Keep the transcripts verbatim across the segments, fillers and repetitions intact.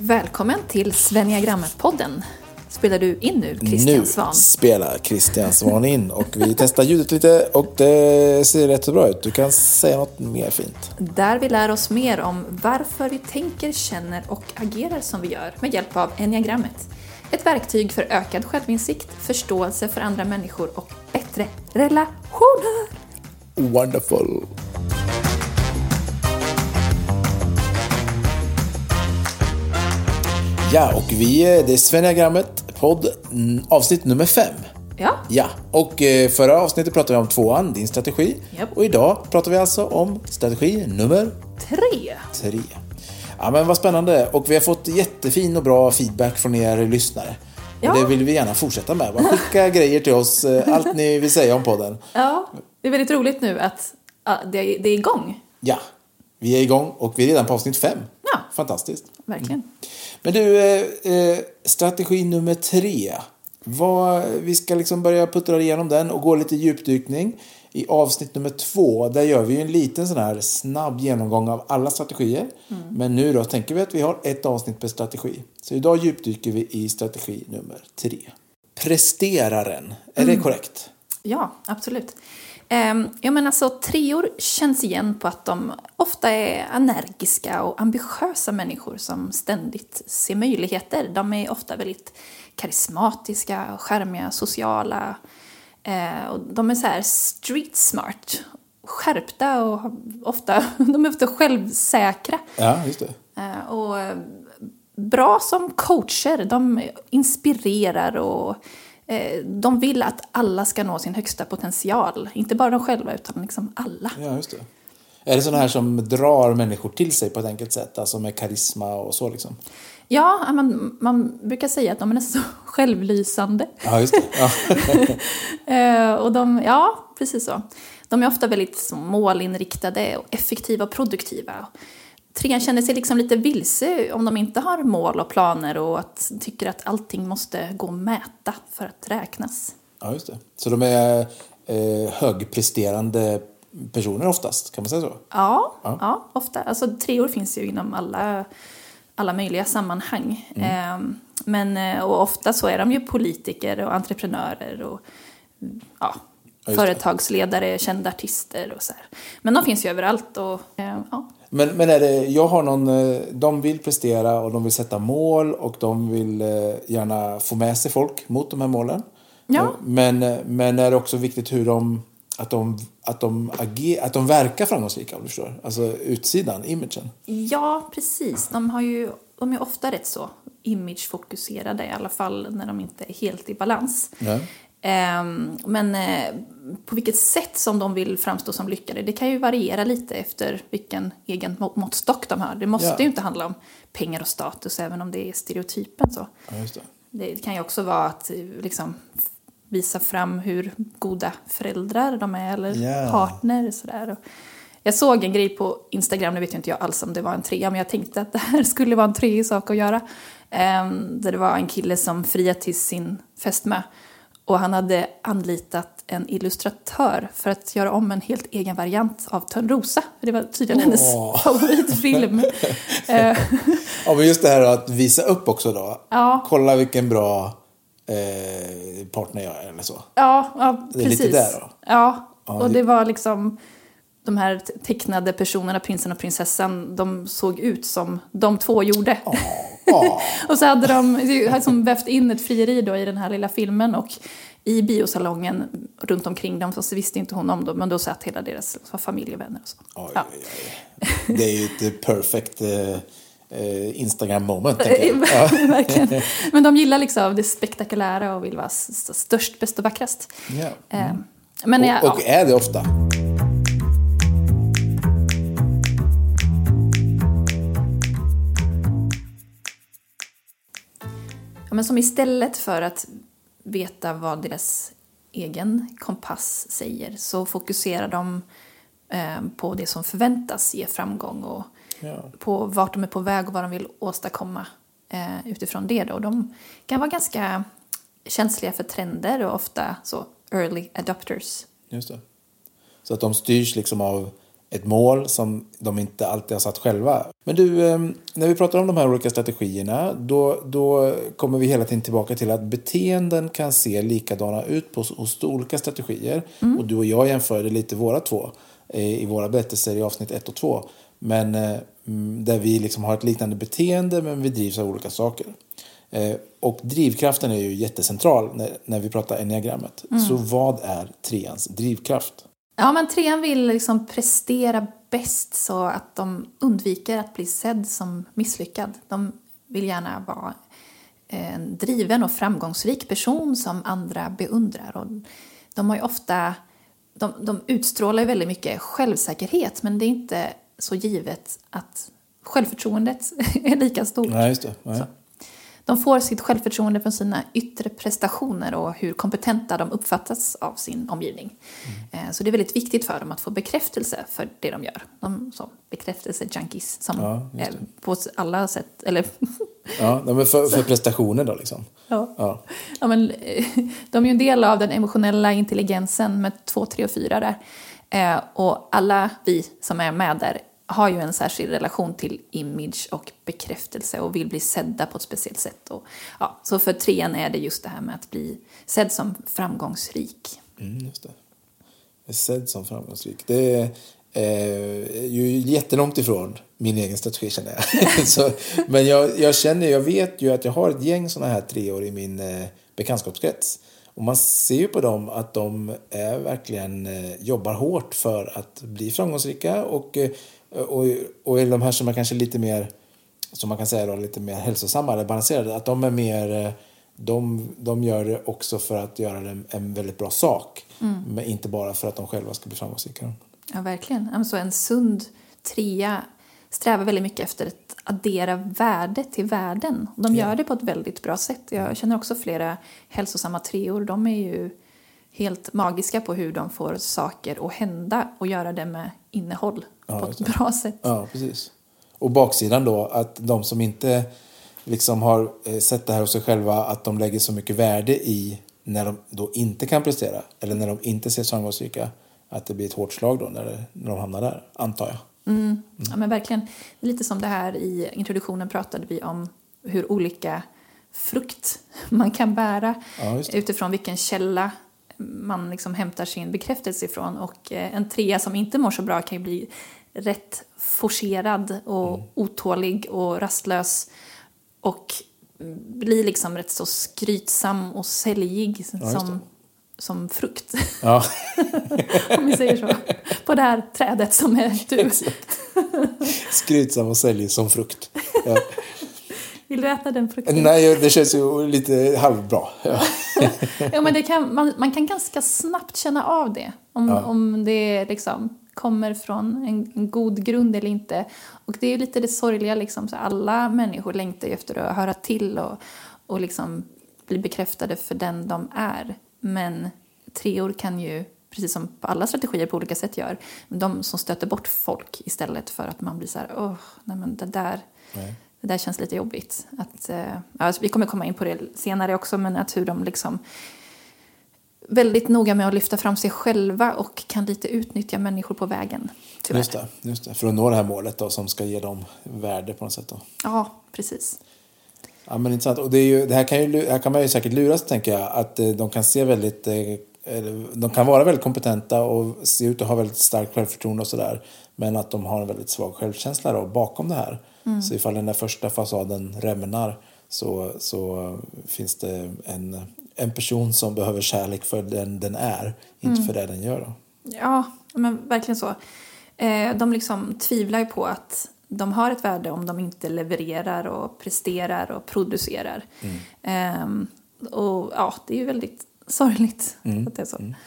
Välkommen till Sveniagrammet-podden. Spelar du in nu, Christian Svan? Nu spelar Christian Svan in och vi testar ljudet lite och det ser rätt så bra ut. Du kan säga något mer fint. Där vi lär oss mer om varför vi tänker, känner och agerar som vi gör med hjälp av Enneagrammet. Ett verktyg för ökad självinsikt, förståelse för andra människor och bättre relationer. Wonderful! Ja, och vi, det är Sveniagrammet, podd avsnitt nummer fem. Ja. Ja, och förra avsnittet pratade vi om tvåan, din strategi. Yep. Och idag pratar vi alltså om strategi nummer Tre. tre. Ja, men vad spännande. Och vi har fått jättefin och bra feedback från er lyssnare. Ja. Och det vill vi gärna fortsätta med. Bara skicka grejer till oss, allt ni vill säga om podden. Ja, det är väldigt roligt nu att ja, det, det är igång. Ja, vi är igång och vi är redan på avsnitt fem. Ja. Fantastiskt. Verkligen. Men du, eh, strategi nummer tre. Vad, vi ska liksom börja puttra igenom den och gå lite djupdykning. I avsnitt nummer två, där gör vi en liten sån här snabb genomgång av alla strategier. Mm. Men nu då tänker vi att vi har ett avsnitt per strategi. Så idag djupdyker vi i strategi nummer tre. Presteraren, är mm. det korrekt? Ja, absolut. Um, ja, men alltså, treor känns igen på att de ofta är energiska och ambitiösa människor som ständigt ser möjligheter. De är ofta väldigt karismatiska, charmiga, sociala. Uh, och de är så här street smart, skärpta och ofta, de är ofta självsäkra. Ja, just det. Uh, och uh, bra som coacher, de inspirerar och de vill att alla ska nå sin högsta potential. Inte bara de själva utan liksom alla. Ja, just det. Är det sådana här som drar människor till sig på ett enkelt sätt? Alltså med karisma och så liksom? Ja, man, man brukar säga att de är så självlysande. Ja, just det. Ja. och de, ja, precis så. De är ofta väldigt målinriktade och effektiva och produktiva. Trean känner sig liksom lite vilse om de inte har mål och planer och att, tycker att allting måste gå att mäta för att räknas. Ja, just det. Så de är eh, högpresterande personer oftast, kan man säga så? Ja, ja. ja ofta. Alltså treor finns ju inom alla, alla möjliga sammanhang. Mm. Eh, men och ofta så är de ju politiker och entreprenörer och ja, ja företagsledare, kända artister och så här. Men de finns ju överallt och eh, ja. Men, men är det, jag har någon, de vill prestera och de vill sätta mål och de vill gärna få med sig folk mot de här målen. Ja. Men, men är det också viktigt hur de, att de, att de, ager, att de verkar framgångsrika, om du förstår? Alltså utsidan, imagen. Ja, precis. De, har ju, de är ofta rätt så imagefokuserade, i alla fall när de inte är helt i balans. Ja. Men på vilket sätt som de vill framstå som lyckade, det kan ju variera lite efter vilken egen måttstock de har. Det måste ja. ju inte handla om pengar och status, även om det är stereotypen så. Ja, just det. Det kan ju också vara att liksom visa fram hur goda föräldrar de är eller yeah. partner sådär. Jag såg en grej på Instagram, nu vet jag inte jag alls om det var en trea, men jag tänkte att det här skulle vara en treig sak att göra. Där det var en kille som friade till sin fästmö. Och han hade anlitat en illustratör för att göra om en helt egen variant av Törnrosa. Det var tydligen oh. hennes favoritfilm. Ja, men just det här att visa upp också då. Ja. Kolla vilken bra eh, partner jag är eller så. Ja, ja det är precis. lite där då. Ja, och det var liksom de här tecknade personerna, prinsen och prinsessan, de såg ut som de två gjorde. Oh. Oh. Och så hade de liksom vävt in ett frieri då i den här lilla filmen och i biosalongen runt omkring dem så visste inte hon om dem, men då satt hela deras familj och vänner och så. Oj, ja. oj, oj. Det är ju ett perfect eh, Instagram moment, tänker jag. Ja. Verkligen. Men de gillar liksom det spektakulära och vill vara störst, bäst och vackrast. Ja. Mm. Men och, jag, och är det ofta? Ja, men som istället för att veta vad deras egen kompass säger så fokuserar de eh, på det som förväntas ge framgång och ja. på vart de är på väg och vad de vill åstadkomma eh, utifrån det då. De kan vara ganska känsliga för trender och ofta så early adopters. Just det. Så att de styrs liksom av ett mål som de inte alltid har satt själva. Men du, när vi pratar om de här olika strategierna, då, då kommer vi hela tiden tillbaka till att beteenden kan se likadana ut på, hos olika strategier. Mm. Och du och jag jämförde lite våra två i våra berättelser i avsnitt ett och två. Men där vi liksom har ett liknande beteende, men vi drivs av olika saker. Och drivkraften är ju jättecentral när, när vi pratar enneagrammet. Mm. Så vad är treans drivkraft? Ja, men trean vill liksom prestera bäst så att de undviker att bli sedd som misslyckad. De vill gärna vara en driven och framgångsrik person som andra beundrar. Och de har ju ofta, de, de utstrålar ju väldigt mycket självsäkerhet, men det är inte så givet att självförtroendet är lika stort. Nej, just det. Nej. De får sitt självförtroende från sina yttre prestationer och hur kompetenta de uppfattas av sin omgivning. Mm. Så det är väldigt viktigt för dem att få bekräftelse för det de gör. De som bekräftelse-junkies som ja, är på alla sätt. Eller ja, men för, för prestationer då liksom. Ja. Ja. Ja, men, de är ju en del av den emotionella intelligensen med två, tre och fyra där. Och alla vi som är med där har ju en särskild relation till image och bekräftelse och vill bli sedda på ett speciellt sätt. Och, ja, så för trean är det just det här med att bli sedd som framgångsrik. Mm, just det. Sedd som framgångsrik. Det är eh, ju jättelångt ifrån min egen strategi, känner jag. så, men jag, jag känner, jag vet ju att jag har ett gäng sådana här treor i min eh, bekantskapskrets. Och man ser ju på dem att de är verkligen eh, jobbar hårt för att bli framgångsrika och eh, Och, och de här som är kanske lite mer, som man kan säga då, lite mer hälsosamma eller balanserade, att de är mer, de, de gör det också för att göra det en väldigt bra sak, mm. men inte bara för att de själva ska bli framgångsrika. Ja, verkligen. Alltså en sund trea strävar väldigt mycket efter att addera värde till världen. De gör ja. det på ett väldigt bra sätt. Jag känner också flera hälsosamma treor. De är ju helt magiska på hur de får saker att hända och göra det med innehåll ja, på ett bra sätt. Ja, precis. Och baksidan då, att de som inte liksom har sett det här hos sig själva, att de lägger så mycket värde i när de då inte kan prestera eller när de inte ser framgångsrika, att det blir ett hårt slag då när, det, när de hamnar där, antar jag. Mm. Mm. Ja, men verkligen. Lite som det här i introduktionen pratade vi om hur olika frukt man kan bära ja, utifrån vilken källa man liksom hämtar sin bekräftelse ifrån. Och en trea som inte mår så bra kan ju bli rätt forcerad och mm. otålig och rastlös och blir liksom rätt så skrytsam och säljig ja, som, som frukt. Ja. Om vi säger så. På det här trädet som är du. Skrytsam och säljig som frukt. Ja. Vill du äta den frukten? Nej, det känns ju lite halvbra. Ja. Ja, men det kan, man, man kan ganska snabbt känna av det. Om, ja. om det liksom kommer från en, en god grund eller inte. Och det är ju lite det sorgliga. Liksom, så alla människor längtar efter att höra till och, och liksom bli bekräftade för den de är. Men treor kan ju, precis som på alla strategier på olika sätt gör, de som stöter bort folk istället för att man blir så här, åh, nej men det där... Nej. Det där känns lite jobbigt. Att, eh, alltså vi kommer komma in på det senare också, men att hur de liksom väldigt noga med att lyfta fram sig själva och kan lite utnyttja människor på vägen. Tyvärr. Just det, just det. För att nå det här målet då, som ska ge dem värde på något sätt då. Ja, precis. Ja, men intressant. Och det, är ju, det här, kan ju, här kan man ju säkert luras, tänker jag, att de kan se väldigt... De kan vara väldigt kompetenta och se ut att ha väldigt starkt självförtroende och sådär. Men att de har en väldigt svag självkänsla då, bakom det här. Mm. Så ifall den där första fasaden rämnar så, så finns det en, en person som behöver kärlek för den den är. Inte mm. för det den gör då. Ja, men verkligen så. Eh, de liksom tvivlar ju på att de har ett värde om de inte levererar och presterar och producerar. Mm. Eh, och ja, det är ju väldigt sorgligt mm. att det är så. Mm.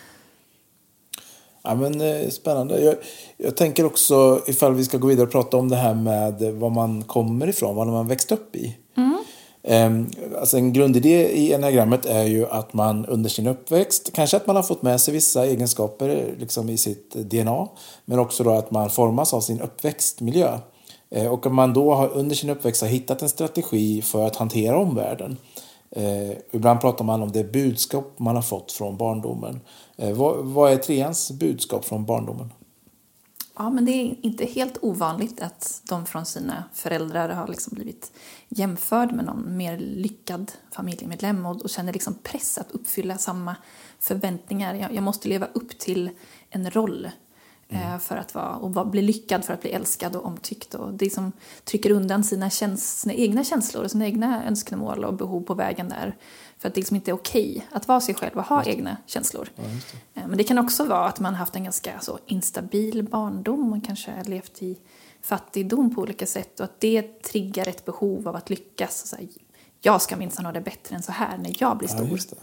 Ja, men eh, spännande. Jag, jag tänker också, ifall vi ska gå vidare och prata om det här med vad man kommer ifrån, vad man växt upp i. Mm. Eh, alltså en grundidé i enneagrammet är ju att man under sin uppväxt, kanske att man har fått med sig vissa egenskaper liksom i sitt D N A, men också då att man formas av sin uppväxtmiljö. Eh, och att man då har, under sin uppväxt har hittat en strategi för att hantera omvärlden. Eh, ibland pratar man om det budskap man har fått från barndomen. Eh, vad, vad är treans budskap från barndomen? Ja, men det är inte helt ovanligt att de från sina föräldrar har liksom blivit jämförd med någon mer lyckad familjemedlem och, och känner liksom press att uppfylla samma förväntningar. Jag, jag måste leva upp till en roll mm. eh, för att vara, och vara, bli lyckad för att bli älskad och omtyckt. Och det som trycker undan sina, käns- sina egna känslor och sina egna önskemål och behov på vägen där. För att det liksom inte är okej att vara sig själv och ha egna känslor. Ja, det. Men det kan också vara att man haft en ganska så instabil barndom. Man kanske har levt i fattigdom på olika sätt. Och att det triggar ett behov av att lyckas. Och så här, jag ska minst ha det bättre än så här när jag blir stor. Ja, just det.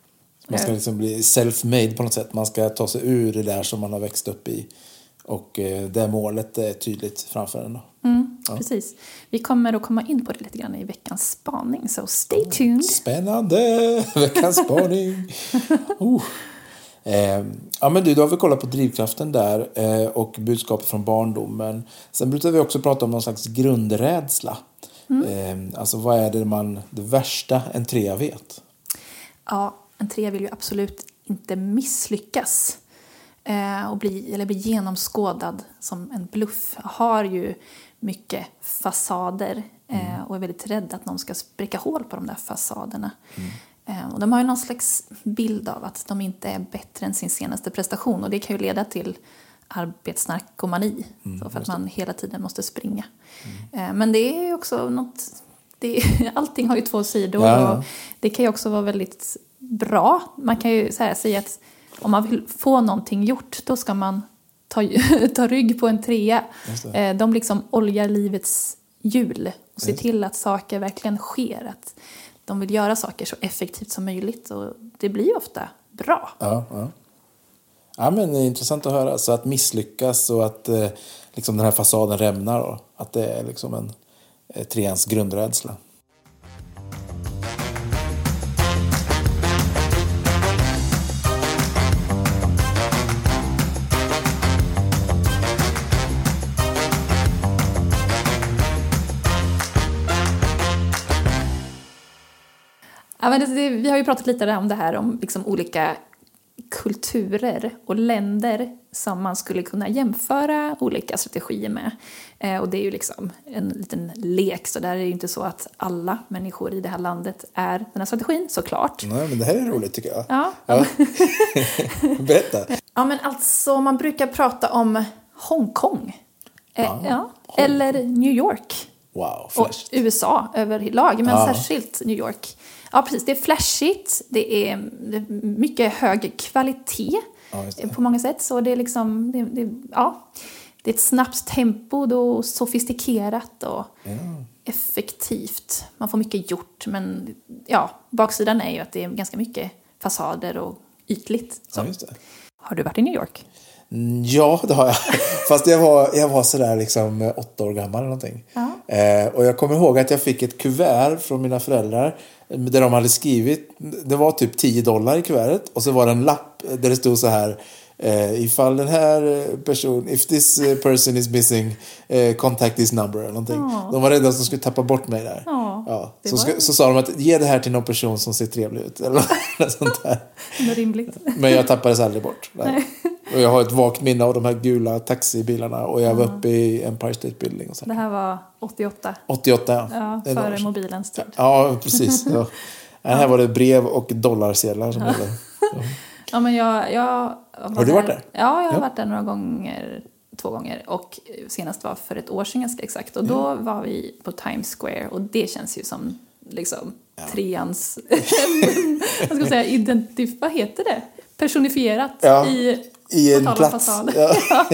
Man ska liksom bli self-made på något sätt. Man ska ta sig ur det där som man har växt upp i. Och eh, det målet är tydligt framför en. Mm, ja. Precis. Vi kommer att komma in på det lite grann i veckans spaning. Så stay tuned. Spännande! Veckans spaning. uh. eh, ja, men du, då har vi kollat på drivkraften där. Eh, och budskapet från barndomen. Sen brukar vi också prata om någon slags grundrädsla. Mm. Eh, alltså vad är det man... Det värsta en trea vet? Ja, en trea vill ju absolut inte misslyckas. Och bli, eller bli genomskådad som en bluff. Har ju mycket fasader mm. och är väldigt rädd att någon ska spräcka hål på de där fasaderna. Mm. Och de har ju någon slags bild av att de inte är bättre än sin senaste prestation. Och det kan ju leda till arbetsnarkomani. Mm, så för att man hela tiden måste springa. Mm. Men det är också något... Det är, allting har ju två sidor. Ja, ja. Och det kan ju också vara väldigt bra. Man kan ju så här säga att om man vill få någonting gjort, då ska man ta, ta rygg på en trea. De liksom oljar livets hjul och ser till att saker verkligen sker. Att de vill göra saker så effektivt som möjligt och det blir ofta bra. Ja, ja. Ja, men det är intressant att höra. Så att misslyckas och att eh, liksom den här fasaden rämnar då. Att det är liksom en eh, treans grundrädsla. Ja, men det, vi har ju pratat lite om det här om liksom olika kulturer och länder som man skulle kunna jämföra olika strategier med. Eh, och det är ju liksom en liten lek, så där är det ju inte så att alla människor i det här landet är den här strategin, såklart. Nej, men det här är roligt tycker jag. Ja. ja. Berätta. Ja, men alltså man brukar prata om Hongkong. Eh, ja. Ja. Eller New York. Wow, flash. Och U S A överlag, men ja. Särskilt New York. Ja, precis. Det är flashigt. Det är mycket hög kvalitet ja, på många sätt. Så det är liksom, det, det, ja, det är ett snabbt tempo och sofistikerat och ja. Effektivt. Man får mycket gjort, men ja, baksidan är ju att det är ganska mycket fasader och ytligt. Så. Ja, just det. Har du varit i New York? Ja, det har jag. Fast jag var, jag var sådär liksom åtta år gammal eller någonting. Ja. Eh, och jag kommer ihåg att jag fick ett kuvert från mina föräldrar där de hade skrivit, det var typ tio dollar i kuvertet och så var det en lapp där det stod så här eh, ifall den här person, if this person is missing eh, contact this number eller någonting. Ja. De var rädda att de skulle tappa bort mig där. Ja, ja. Så, var... ska, så sa de att ge det här till någon person som ser trevlig ut eller något sånt där. Det är rimligt. Men jag tappades aldrig bort. Nej. Nej. Och jag har ett vagt minne av de här gula taxibilarna och jag var mm. uppe i Empire State Building. Och så. Det här var åttioåtta. åttioåtta, ja. Ja, före mobilens tid. Ja, precis. Ja. Ja. Här var det brev och dollarsedlar som ja. gällde. Ja. Ja, men jag, jag har du varit där? Ja, jag har ja. varit där några gånger, två gånger. Och senast var för ett år sedan ganska exakt. Och då ja. var vi på Times Square och det känns ju som liksom ja. treans, vad ska jag säga, identif, vad heter det? Personifierat ja. i... I en plats. Ja.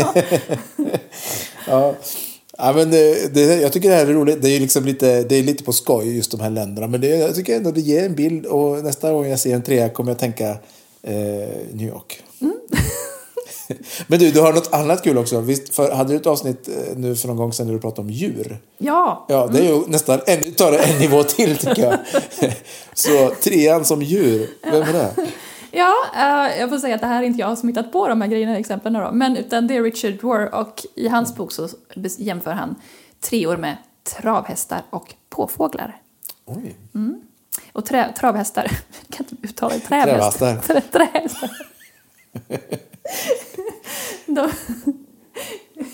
ja. Ja, men det, det, jag tycker det här är roligt. Det är liksom lite, det är lite på skoj just de här länderna. Men det, jag tycker ändå det ger en bild. Och nästa gång jag ser en trea kommer jag tänka eh, New York. Mm. Men du, du har något annat kul också. Visst, för, hade du ett avsnitt nu för någon gång sedan när du pratade om djur? Ja. Ja, det är ju mm. nästan en, tar det en nivå till tycker jag. Så trean som djur, vem är det? Ja, uh, jag får säga att det här är inte jag som hittat på de här grejerna, exemplen då, men utan det är Richard Rohr och i hans bok så jämför han treor med travhästar och påfåglar. Oj. Mm. Och trä, travhästar, jag kan inte uttala det, trävhästar. Trähästar. de,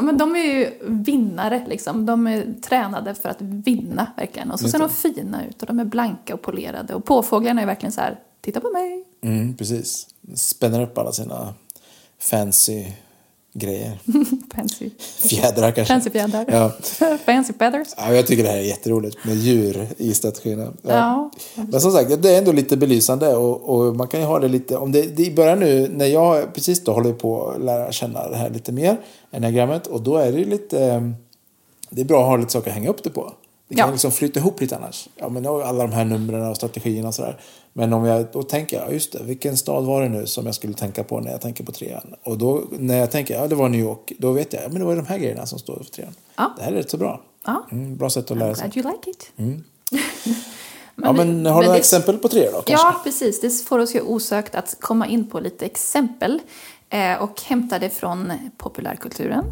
men de är ju vinnare liksom. De är tränade för att vinna verkligen. Och så ser de fina ut och de är blanka och polerade. Och påfåglarna är verkligen så här, titta på mig. Mm, precis. Spänner upp alla sina fancy grejer. Fancy. Fjädrar kanske. Fancy fjädrar. Ja. Fancy feathers. Ja, jag tycker det här är jätteroligt med djur i strategierna. Ja. Ja. Men som sagt, det är ändå lite belysande och, och man kan ju ha det lite, om det, det börjar nu, när jag precis då håller på att lära känna det här lite mer, enagrammet, och då är det ju lite, det är bra att ha lite saker att hänga upp det på. Det kan ja. liksom flytta ihop lite annars. Ja, men alla de här numren och strategierna och sådär. Men om jag då tänker, ja just det, vilken stad var det nu som jag skulle tänka på när jag tänker på trean? Och då, när jag tänker, ja det var New York, då vet jag, ja men det var de här grejerna som står för trean. Ja. Det här är rätt så bra. Ja. Mm, bra sätt att lära sig. I'm glad you like it. Mm. men, ja, men har du några det, exempel på tre då? Kanske? Ja, precis. Det får oss ju osökt att komma in på lite exempel eh, och hämta det från populärkulturen.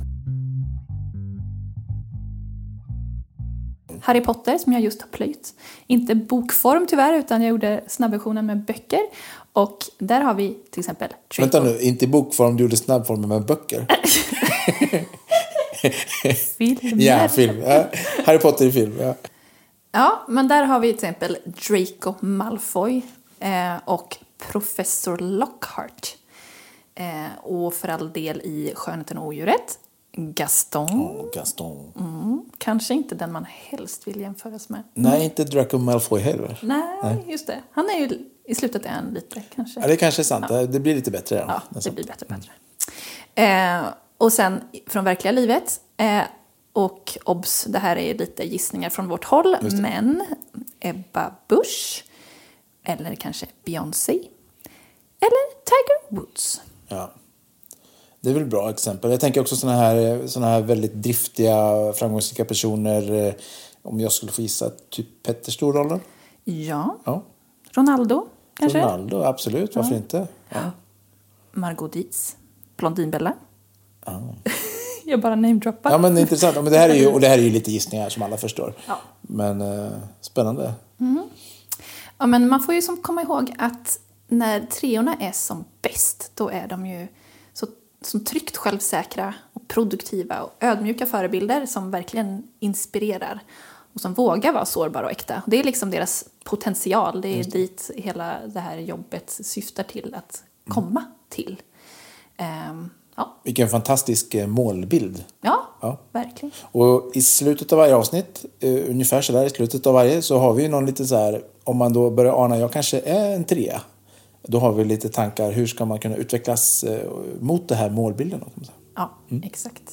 Harry Potter som jag just har plöjt. Inte bokform tyvärr, utan jag gjorde snabbversionen med böcker. Och där har vi till exempel Draco. Vänta nu, inte i bokform, du gjorde snabbformen med böcker. Film. Ja, film. Ja. Harry Potter i film, ja. Ja, men där har vi till exempel Draco Malfoy eh, och Professor Lockhart. Eh, och för all del i Skönheten och odjuret. Gaston. Oh, Gaston. Mm, kanske inte den man helst vill jämföras med. Nej, inte Draco Malfoy heller. Nej, Nej, just det. Han är ju i slutet är han lite kanske. Ja, det kanske är sant. Ja. Det blir lite bättre. Ja, det, det blir bättre och bättre. Mm. Eh, och sen från verkliga livet. Eh, och obs, det här är lite gissningar från vårt håll. Men Ebba Busch. Eller kanske Beyoncé. Eller Tiger Woods. Ja. Det är väl bra exempel. Jag tänker också såna här, såna här väldigt driftiga, framgångsrika personer. Om jag skulle få gissa, typ Petter Storrollen. Ja. ja. Ronaldo, kanske? Ronaldo, absolut. Varför ja. inte? Ja. Margot Dietz. Blondinbella. Ja. Jag bara namedroppar. Ja, men det är intressant. Men det här är ju, och det här är ju lite gissningar som alla förstår. Ja. Men eh, spännande. Mm. Ja, men man får ju som komma ihåg att när treorna är som bäst, då är de ju så som tryggt självsäkra och produktiva och ödmjuka förebilder som verkligen inspirerar och som vågar vara sårbara och äkta. Det är liksom deras potential. Det är mm. dit hela det här jobbet syftar till att komma mm. till. Um, ja. Vilken fantastisk målbild. Ja, ja, verkligen. Och i slutet av varje avsnitt, uh, ungefär så där i slutet av varje, så har vi någon lite så här, om man då börjar ana, jag kanske är en trea. Då har vi lite tankar, hur ska man kunna utvecklas eh, mot det här målbilden? Ja, mm. exakt.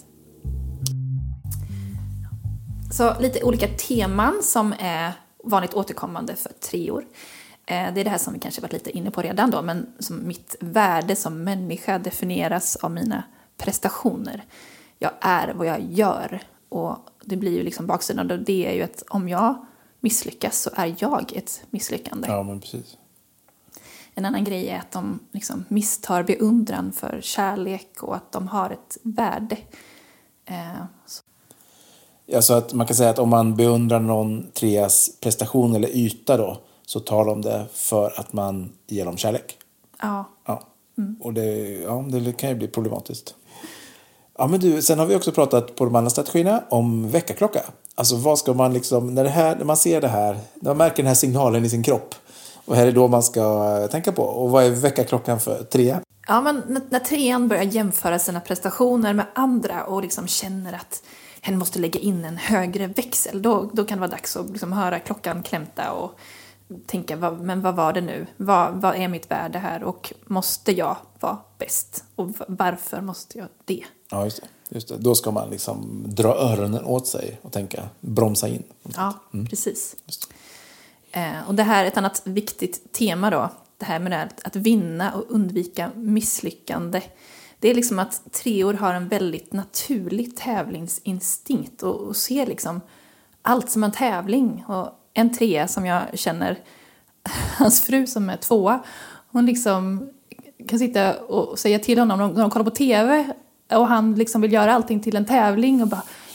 Så lite olika teman som är vanligt återkommande för treor. Eh, det är det här som vi kanske varit lite inne på redan då, men som mitt värde som människa definieras av mina prestationer. Jag är vad jag gör, och det blir ju liksom baksidan, och det är ju att om jag misslyckas så är jag ett misslyckande. Ja, men precis. En annan grej är att de liksom misstar beundran för kärlek och att de har ett värde. Eh, så. Ja, så att man kan säga att om man beundrar någon treas prestation eller yta då, så tar de det för att man ger dem kärlek. Ja. Ja. Mm. Och det, ja, det kan ju bli problematiskt. Ja, men du, sen har vi också pratat på de andra strategierna om väckarklocka. Alltså vad ska man liksom, när, det här, när man ser det här, när man märker den här signalen i sin kropp. Och här är då man ska tänka på. Och vad är väckarklockan för trea? Ja, men när, när trean börjar jämföra sina prestationer med andra och liksom känner att hen måste lägga in en högre växel, då, då kan det vara dags att liksom höra klockan klämta och tänka, vad, men vad var det nu? Vad, vad är mitt värde här? Och måste jag vara bäst? Och varför måste jag det? Ja, just det. Just det. Då ska man liksom dra öronen åt sig och tänka, bromsa in. Ja, mm. precis. Eh, och det här är ett annat viktigt tema då. Det här med det, att vinna och undvika misslyckande. Det är liksom att treor har en väldigt naturlig tävlingsinstinkt och, och ser liksom allt som en tävling. Och en trea som jag känner, hans fru som är tvåa, hon liksom kan sitta och säga till honom när de kollar på tv och han liksom vill göra allting till en tävling och bara,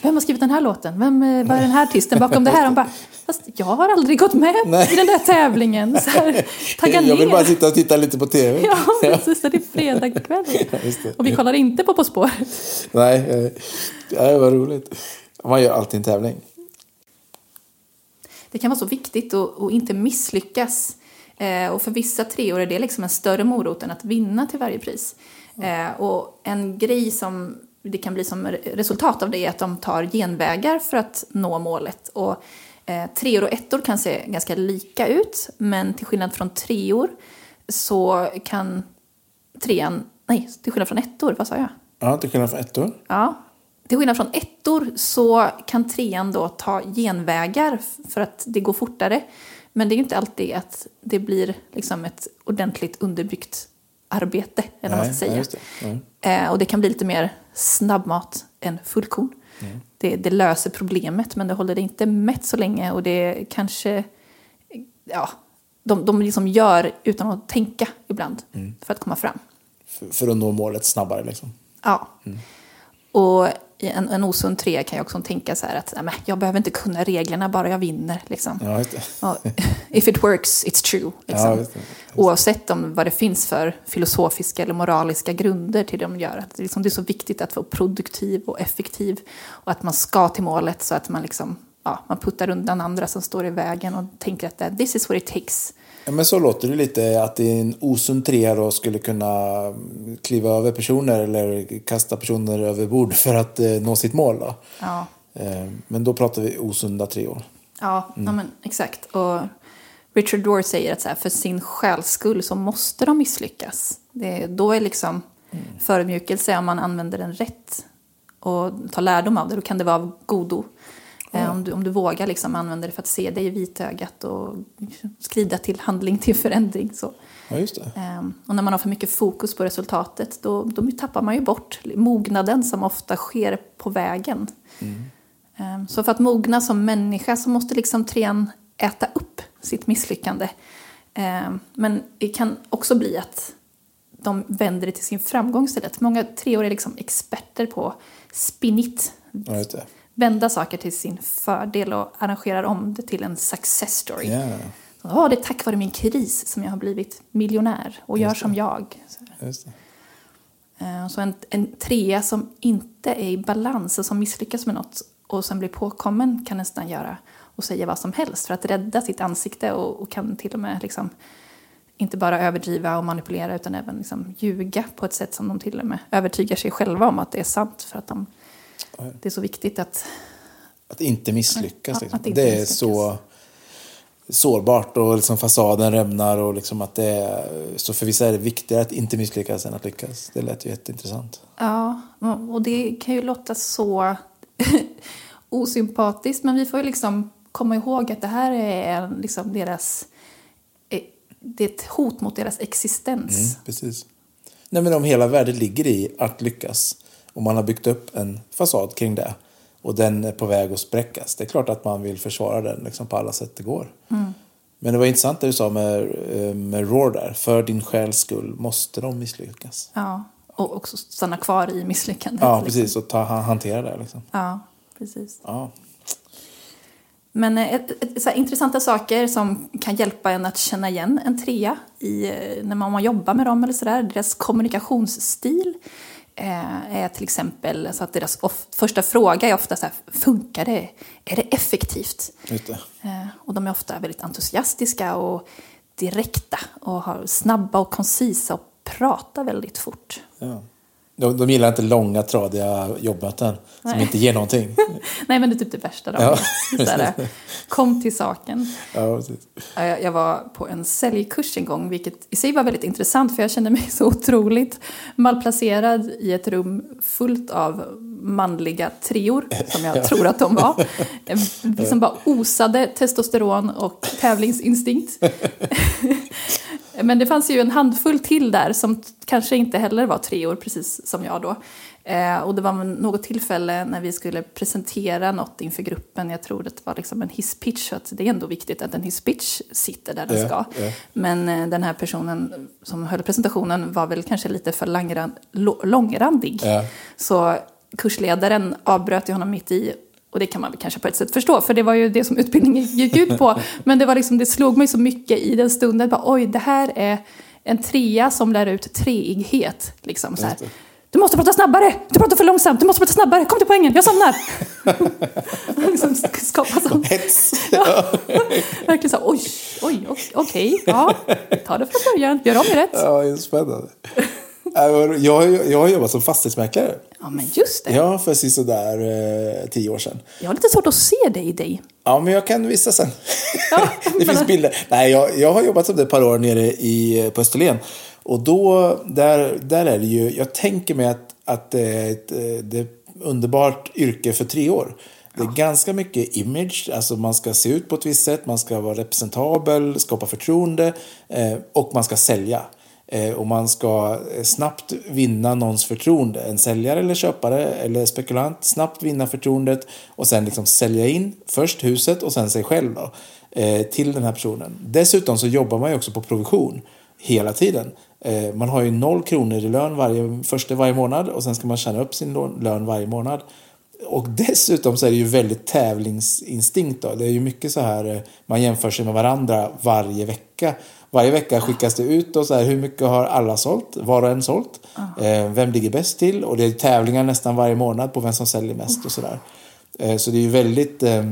vem har skrivit den här låten? Vem, vad är den här artisten bakom det här? Han bara, fast jag har aldrig gått med Nej. i den där tävlingen. Så här, tagga ner. Jag vill bara sitta och titta lite på tv. Ja, precis. Det är fredag kväll. Ja, och vi kollar inte på På spår. Nej, det var roligt. Man gör alltid en tävling. Det kan vara så viktigt att, att inte misslyckas. Eh, och för vissa treor är det liksom en större morot än att vinna till varje pris. Eh, och en grej som det kan bli som resultat av det är att de tar genvägar för att nå målet. Och eh, treor och ettor kan se ganska lika ut, men till skillnad från treor så kan trean, nej, till skillnad från ettor, vad sa jag? Ja, till skillnad från ettor. Ja, till skillnad från ettor så kan trean då ta genvägar för att det går fortare. Men det är ju inte alltid att det blir liksom ett ordentligt underbyggt arbete, eller vad man ska säga. Mm. Eh, och det kan bli lite mer snabbmat än fullkorn. Mm. Det, det löser problemet, men det håller det inte mätt så länge. Och det kanske, ja, de, de liksom gör utan att tänka ibland mm. för att komma fram. För, för att nå målet snabbare liksom. Ja. Mm. Och en, en osund tre kan jag också tänka så här att nej, jag behöver inte kunna reglerna, bara jag vinner. Liksom. Ja, just det. Och, if it works, it's true. Liksom. Ja, just det. Just det. Oavsett om vad det finns för filosofiska eller moraliska grunder till det de gör. Att det, liksom, det är så viktigt att vara produktiv och effektiv. Och att man ska till målet så att man, liksom, ja, man puttar undan andra som står i vägen och tänker att this is what it takes. Ja, men så låter det lite att en osund trea då skulle kunna kliva över personer eller kasta personer över bord för att eh, nå sitt mål då. Ja. Eh, men då pratar vi osunda treor. Ja, mm. ja men exakt. Och Richard Rohr säger att så här, för sin själs skull så måste de misslyckas. Det, då är liksom mm. förödmjukelse om man använder den rätt och tar lärdom av det. Då kan det vara av godo. Mm. Om, du, om du vågar liksom använda det för att se dig i vitögat och skrida till handling, till förändring. Så. Ja, just det. Um, och när man har för mycket fokus på resultatet då, då tappar man ju bort mognaden som ofta sker på vägen. Mm. Um, så för att mogna som människa så måste liksom trean äta upp sitt misslyckande. Um, men det kan också bli att de vänder det till sin framgång istället. Många treor är liksom experter på spinnit. Ja, just det. Vända saker till sin fördel och arrangerar om det till en success story. Yeah. Så, oh, det är tack vare min kris som jag har blivit miljonär och Just gör det. som jag. Så, Just det. Uh, så en, en trea som inte är i balans och som misslyckas med något och sen blir påkommen kan nästan göra och säga vad som helst för att rädda sitt ansikte och, och kan till och med liksom, inte bara överdriva och manipulera utan även liksom, ljuga på ett sätt som de till och med övertygar sig själva om att det är sant för att de det är så viktigt att... Att inte misslyckas. Liksom. Att inte det är misslyckas. Så sårbart och liksom fasaden rämnar. Och liksom att det är, så för vissa är det viktigare att inte misslyckas än att lyckas. Det lät ju jätteintressant. Ja, och det kan ju låta så osympatiskt. Men vi får ju liksom komma ihåg att det här är liksom deras... Det är ett hot mot deras existens. Mm, precis. Nej, men om hela värdet ligger i att lyckas... Och man har byggt upp en fasad kring det. Och den är på väg att spräckas. Det är klart att man vill försvara den liksom på alla sätt det går. Mm. Men det var intressant det du sa med, med Rohr där. För din själs skull måste de misslyckas. Ja, och också stanna kvar i misslyckandet. Ja, liksom. precis. Och ta, hantera det liksom. Ja, precis. Ja. Men ett, ett, så här, intressanta saker som kan hjälpa en att känna igen en trea. I, när man, man jobbar med dem eller sådär. Deras kommunikationsstil. Är till exempel så att deras of, första fråga är ofta så här, funkar det? Är det effektivt? Just det. Och de är ofta väldigt entusiastiska och direkta och har snabba och koncisa och pratar väldigt fort. Ja. De, de gillar inte långa, tradiga jobbmöten som inte ger någonting. Nej, men det är typ det värsta. De. Ja. Där, kom till saken. Ja, precis. Jag, jag var på en säljkurs en gång, vilket i sig var väldigt intressant för jag kände mig så otroligt malplacerad i ett rum fullt av manliga treor, som jag ja. tror att de var. Som bara osade testosteron och tävlingsinstinkt. Men det fanns ju en handfull till där som kanske inte heller var treor, precis som jag då. Eh, och det var något tillfälle när vi skulle presentera något inför gruppen. Jag tror det var liksom en hisspitch, så att det är ändå viktigt att en hisspitch sitter där den ja, ska. Ja. Men eh, den här personen som höll presentationen var väl kanske lite för langrand, långrandig. Ja. Så kursledaren avbröt ju honom mitt i. Och det kan man kanske på ett sätt förstå, för det var ju det som utbildningen gick ut på. Men det var liksom, det slog mig så mycket i den stunden. Bara, oj, det här är en trea som lär ut treighet. Liksom, så här. Du måste prata snabbare, du pratar för långsamt, du måste prata snabbare, kom till poängen, jag somnar. liksom skapa sån. Ja. Verkligen så, oj, oj, okej, okay, ja, ta det från början, gör om det rätt. Ja, det är spännande. Jag har, jag har jobbat som fastighetsmäklare. Ja, men just det. Ja, för sådär eh, tio år sedan. Jag har lite svårt att se det i dig. Ja, men jag kan visa sen. Ja, det finns bilder. Nej, jag, jag har jobbat som det ett par år nere i, på Österlen. Och då, där, där är det ju, jag tänker mig att, att det är ett, det är ett underbart yrke för tre år. Det är ja. ganska mycket image, alltså man ska se ut på ett visst sätt, man ska vara representabel, skapa förtroende eh, och man ska sälja. Och man ska snabbt vinna någons förtroende. En säljare eller köpare eller spekulant. Snabbt vinna förtroendet. Och sen liksom sälja in först huset och sen sig själv då, eh, till den här personen. Dessutom så jobbar man ju också på provision hela tiden. Eh, man har ju noll kronor i lön varje, första varje månad. Och sen ska man tjäna upp sin lön varje månad. Och dessutom så är det ju väldigt tävlingsinstinkt då. Det är ju mycket så här, man jämför sig med varandra varje vecka. Varje vecka skickas det ut och så här, hur mycket har alla sålt, var och en sålt. Eh, vem ligger bäst till? Och det är tävlingar nästan varje månad på vem som säljer mest och sådär. Eh, så det är ju väldigt... Eh,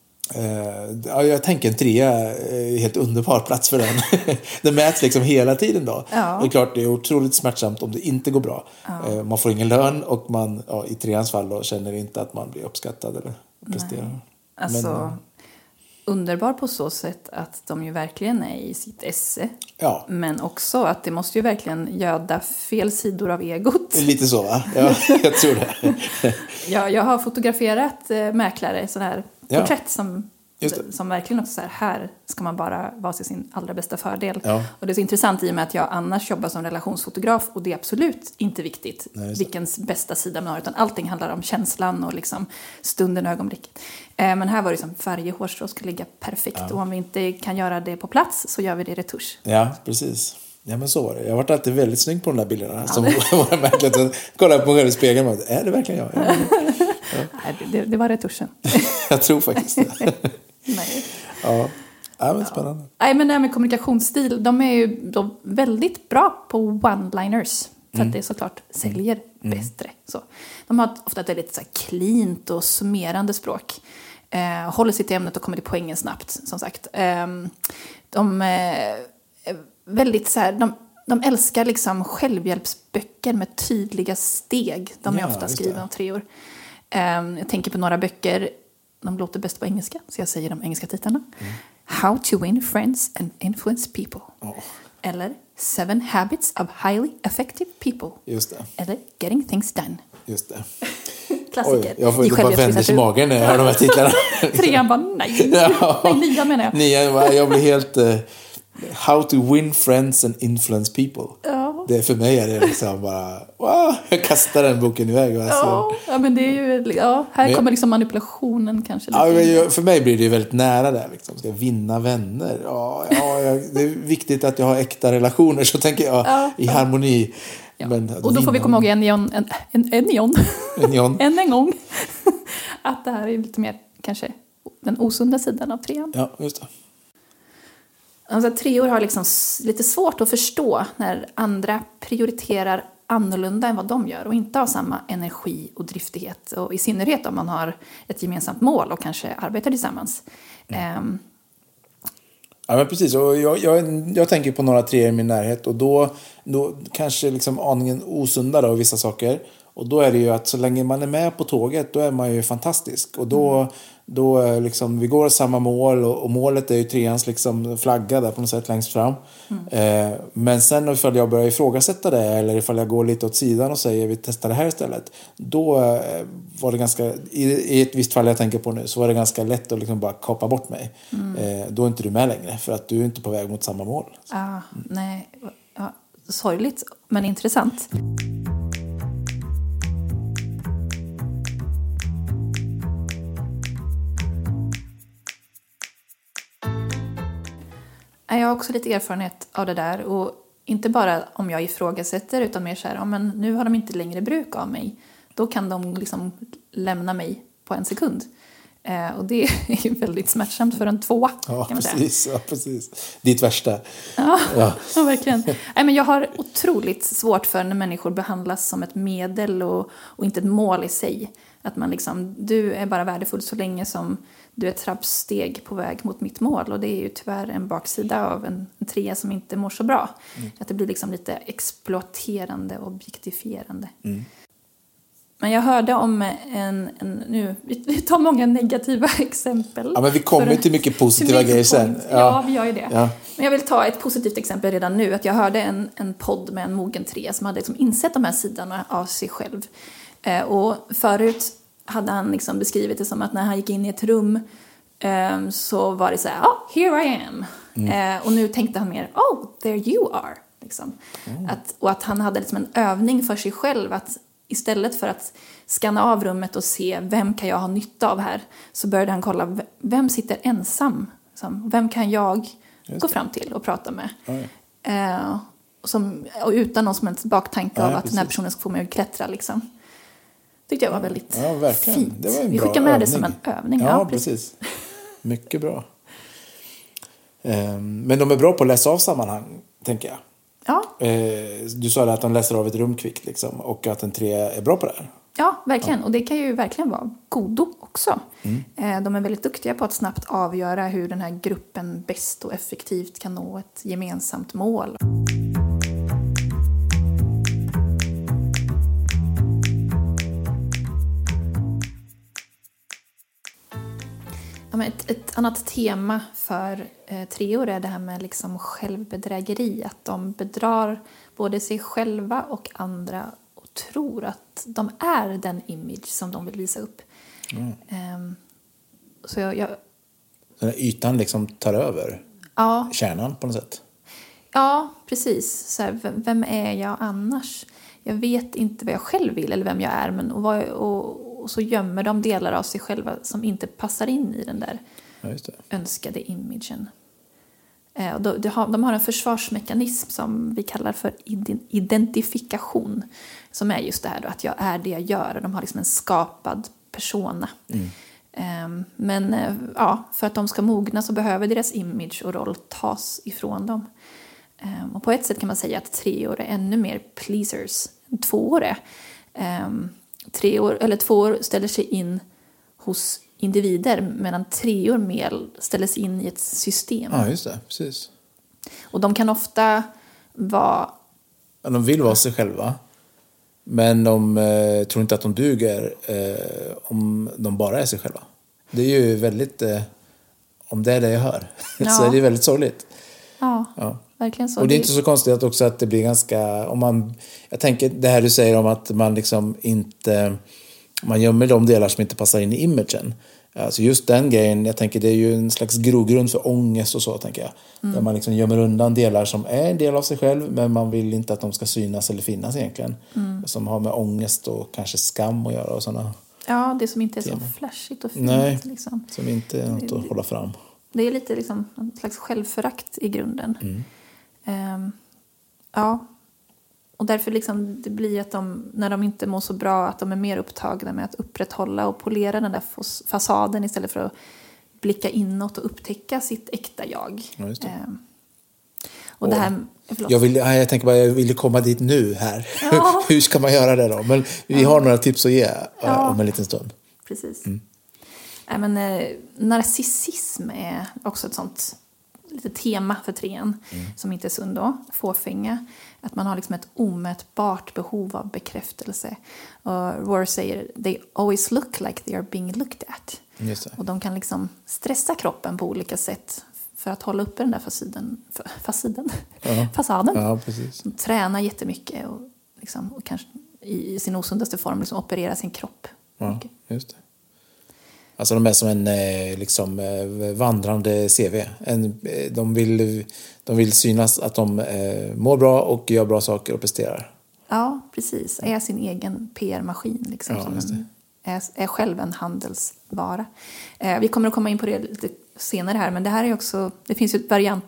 eh, ja, jag tänker en trea är helt underbar plats för den. Det mäts liksom hela tiden då. Ja. Det är klart det är otroligt smärtsamt om det inte går bra. Ja. Eh, man får ingen lön och man, ja, i treans fall då, känner inte att man blir uppskattad eller presterar. Nej. Alltså... Men, underbar på så sätt att de ju verkligen är i sitt esse. Ja. Men också att det måste ju verkligen göda fel sidor av egot. Lite så, va? Ja, jag tror det. ja, jag har fotograferat äh, mäklare, sådana här ja. porträtt som, som verkligen också så här, här ska man bara vara till sin allra bästa fördel. Ja. Och det är så intressant i och med att jag annars jobbar som relationsfotograf och det är absolut inte viktigt Nej, vilkens bästa sida man har, utan allting handlar om känslan och liksom stunden och ögonblicket. Eh, men här var det som varje hårstrå skulle ligga perfekt ja. Och om vi inte kan göra det på plats så gör vi det i retusch. Ja, precis. Ja, men så var det. Jag har varit alltid väldigt snygg på de där bilderna. Ja, som var märkligt. Så kollade jag på mig själv i spegeln och är det verkligen jag? Ja. Ja. Nej, det, det var retuschen. Jag tror faktiskt det. Nej. Ja. Ja, men spännande. Ja. Nej, men det här med kommunikationsstil, de är ju de väldigt bra på one-liners. För mm. att det såklart säljer mm. bättre. Så. De har ofta ett väldigt så här cleant och summerande språk. Eh, håller sig till ämnet och kommer till poängen snabbt, som sagt. Eh, de är väldigt så här... De, de älskar liksom självhjälpsböcker med tydliga steg. De är ja, ofta skrivna om tre år. Eh, jag tänker på några böcker... De låter bäst på engelska, så jag säger de engelska titlarna. Mm. How to win friends and influence people. Oh. Eller Seven habits of highly effective people. Just det. Eller Getting things done. Just det. Klassiker. Oj, jag får ju bara vänder i magen när jag hör de här titlarna. Trean bara, nej. Ja. Nej, nian menar jag. Nian, jag blir helt... Uh, how to win friends and influence people. Ja. Det för mig är det liksom bara... Wow, jag kastar den boken iväg. Alltså. Ja, ja, men det är ju... Ja, här men, kommer liksom manipulationen kanske. Ja, men för mig blir det ju väldigt nära där. Liksom. Ska jag vinna vänner? Ja, ja jag, det är viktigt att jag har äkta relationer, så tänker jag, ja, i harmoni. Ja. Men, och då vinna. Får vi komma ihåg en en, en, en, en, en, en, en, en gång. Att det här är lite mer kanske den osunda sidan av trean. Ja, just det. Alltså, treor har liksom lite svårt att förstå när andra prioriterar annorlunda än vad de gör och inte har samma energi och driftighet. Och i synnerhet om man har ett gemensamt mål och kanske arbetar tillsammans. Mm. Um. Ja, men precis. Och jag, jag, jag tänker på några treor i min närhet och då, då kanske liksom aningen osunda då, vissa saker. Och då är det ju att så länge man är med på tåget, då är man ju fantastisk. Och då... Mm. Då liksom, vi går samma mål och, och målet är ju treans liksom flagga där på något sätt längst fram. Mm. Eh, men sen ifall jag börjar ifrågasätta det eller ifall jag går lite åt sidan och säger vi testar det här istället. Då eh, var det ganska, i, i ett visst fall jag tänker på nu, så var det ganska lätt att liksom bara kapa bort mig. Mm. Eh, då är inte du med längre för att du är inte på väg mot samma mål. Ah, mm. Nej, ja, sorgligt men intressant. Jag har också lite erfarenhet av det där. Och inte bara om jag ifrågasätter utan mer så här, ja, men nu har de inte längre bruk av mig. då kan de liksom lämna mig på en sekund. Eh, och det är ju väldigt smärtsamt för en tvåa. Ja, kan man precis, säga. ja, precis. Ditt värsta. Ja, ja. ja verkligen. Nej, men jag har otroligt svårt för när människor behandlas som ett medel och, och inte ett mål i sig. Att man liksom, du är bara värdefull så länge som du är ett trappsteg på väg mot mitt mål. Och det är ju tyvärr en baksida av en, en trea som inte mår så bra. Mm. Att det blir liksom lite exploaterande och objektifierande. Mm. Men jag hörde om en, en nu, vi tar många negativa exempel. Ja, men vi kommer till mycket positiva grejer sen. Ja. ja, vi gör ju det. Ja. Men jag vill ta ett positivt exempel redan nu. Att jag hörde en, en podd med en mogen trea som hade liksom insett de här sidorna av sig själv. Eh, och förut hade han liksom beskrivit det som att när han gick in i ett rum eh, så var det så här, oh, here I am. Mm. Eh, och nu tänkte han mer, oh, there you are. Liksom. Mm. Att, och att han hade liksom en övning för sig själv att istället för att skanna av rummet och se vem kan jag ha nytta av här, så började han kolla vem sitter ensam. Vem kan jag gå fram till och prata med. Eh, som, och utan någon som helst baktanke av att precis. Den här personen ska få mig att klättra. Liksom. Tyckte jag var väldigt ja, fint. Det var en Vi bra skickar med övning. det som en övning. Ja, ja precis. Mycket bra. Men de är bra på att läsa av sammanhang, tänker jag. Ja. Du sa att de läser av ett rum kvickt liksom, och att en tre är bra på det här. Ja, verkligen. Ja. Och det kan ju verkligen vara godo också. Mm. De är väldigt duktiga på att snabbt avgöra hur den här gruppen bäst och effektivt kan nå ett gemensamt mål. Ja, men ett, ett annat tema för eh, treor är det här med liksom självbedrägeri. Att de bedrar både sig själva och andra och tror att de är den image som de vill visa upp. Mm. Um, så jag, jag... Den här ytan liksom tar över ja. Kärnan på något sätt. Ja, precis. Så här, vem, vem är jag annars? Jag vet inte vad jag själv vill eller vem jag är. Men, och, vad, och, och så gömmer de delar av sig själva som inte passar in i den där ja, just det. önskade imagen. Eh, och då, de, har, de har en försvarsmekanism som vi kallar för identifikation. Som är just det här då, att jag är det jag gör. De har liksom en skapad persona. Mm. Eh, men eh, ja, för att de ska mogna så behöver deras image och roll tas ifrån dem. Eh, och på ett sätt kan man säga att treor är ännu mer pleasers än tvåor är. Eh, treor, eller tvåor ställer sig in hos individer medan treor mer ställer sig in i ett system. Ja, just det. Precis. Och de kan ofta vara... Ja, de vill vara sig själva. Men de eh, tror inte att de duger eh, om de bara är sig själva. Det är ju väldigt... Eh, om det är det jag hör. Ja. Så är det väldigt sorgligt. Ja, ja, verkligen så. Och det är inte så konstigt att också att det blir ganska... Om man, jag tänker det här du säger om att man liksom inte... Man gömmer de delar som inte passar in i imagen. Alltså just den grejen, jag tänker det är ju en slags grogrund för ångest och så, tänker jag. Mm. Där man liksom gömmer undan delar som är en del av sig själv, men man vill inte att de ska synas eller finnas egentligen. Mm. Som har med ångest och kanske skam att göra och sådana. Ja, det som inte är tema. Så flashigt och fint. Nej, liksom. Som inte är något att hålla fram. Det är lite liksom en slags självförakt i grunden. Mm. Um, ja. Och därför liksom det blir att de, när de inte mår så bra, att de är mer upptagna med att upprätthålla och polera den där fasaden istället för att blicka inåt och upptäcka sitt äkta jag. Ja, just det. Ehm, och det här, jag, vill, jag tänker bara, jag ville komma dit nu här. Ja. Hur ska man göra det då? Men vi ja. har några tips att ge ja. om en liten stund. Precis. Mm. Äh, men, eh, narcissism är också ett sånt lite tema för trean mm. som inte är sund då, fåfänga. Att man har liksom ett omätbart behov av bekräftelse. Och Rohr säger, they always look like they are being looked at. Just det. Och de kan liksom stressa kroppen på olika sätt för att hålla uppe den där fasiden, fasiden? Ja. fasaden. Ja, precis. De tränar jättemycket och, liksom, och kanske i sin osundaste form liksom operera sin kropp. Ja, mycket. Just det. Alltså de är som en liksom, vandrande C V. En, de, vill, de vill synas att de eh, mår bra och gör bra saker och presterar. Ja, precis. Är sin egen P R-maskin. Liksom, ja, som en, är, är själv en handelsvara. Eh, vi kommer att komma in på det lite senare här. Men det här är också, det finns ju varianter